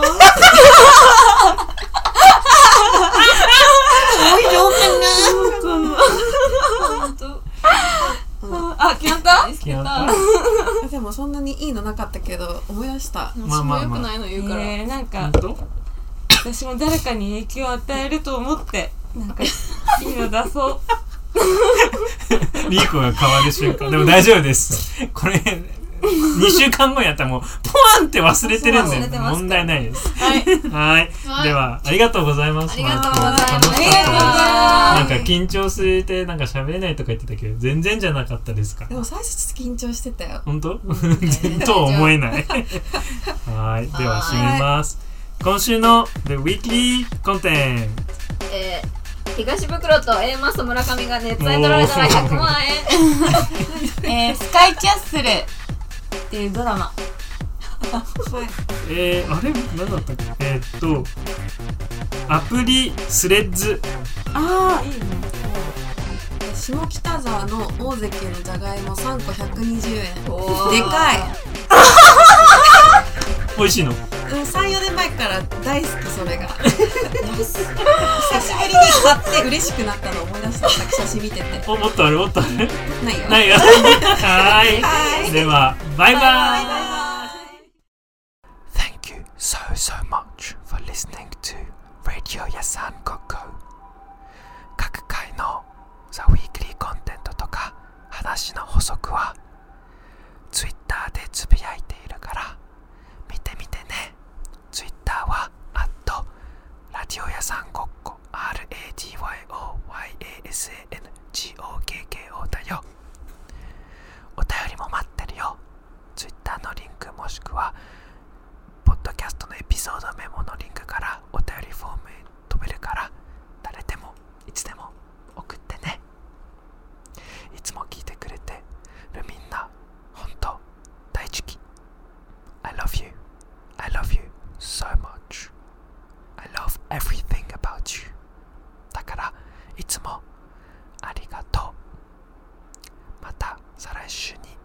そうかな。 本当。 あ、決まった？ 決まった。 でもそんなにいいのなかったけど思い出した。 まあまあまあ。 良くないの言うから。 なんか私も誰かに影響を与えると思ってなんかいいの出そう。 リーコが変わる瞬間。でも大丈夫です。これ2週間後やったらもうポワンって忘れてるんで問題ないです。はい。ではありがとうございます。 ありがとうございます。 楽しかったです。なんか緊張してなんか喋れないとか言ってたけど全然じゃなかったですか。 でも最初ちょっと緊張してたよ。 本当？とは思えない。はい。では締めます。今週の The Weekly Content。 東袋と A マスト村上が熱愛取られたら100万円。 スカイキャッスルっていうドラマ。 あれ何だったっけ？アプリスレッズ。 ああいいね。 下北沢の大関のじゃがいも3個120円。 おーでかい。 美味しいの 3、4年前から大好きそれが。久しぶりに買って嬉しくなったのを思い出した。さっき写真見てて。 もっとあるないよ。 ないよ。はい。ではバイバイ。 Thank you so much for listening to Radio Yasan Koko。 各回の The Weekly Content とか話の補足は Twitter でつぶやいているから見てみてね。 Twitter はラディオヤサンゴッコ RADYOYASANGOKKO だよ。お便りも待ってるよ。 Twitter のリンクもしくはポッドキャストのエピソードメモのリンクからお便りフォームへ飛べるから誰でもいつでも送ってね。いつも聞いてくれてるみんな本当大好き。 I love you so much. I love everything about you. だからいつもありがとう。また再来週に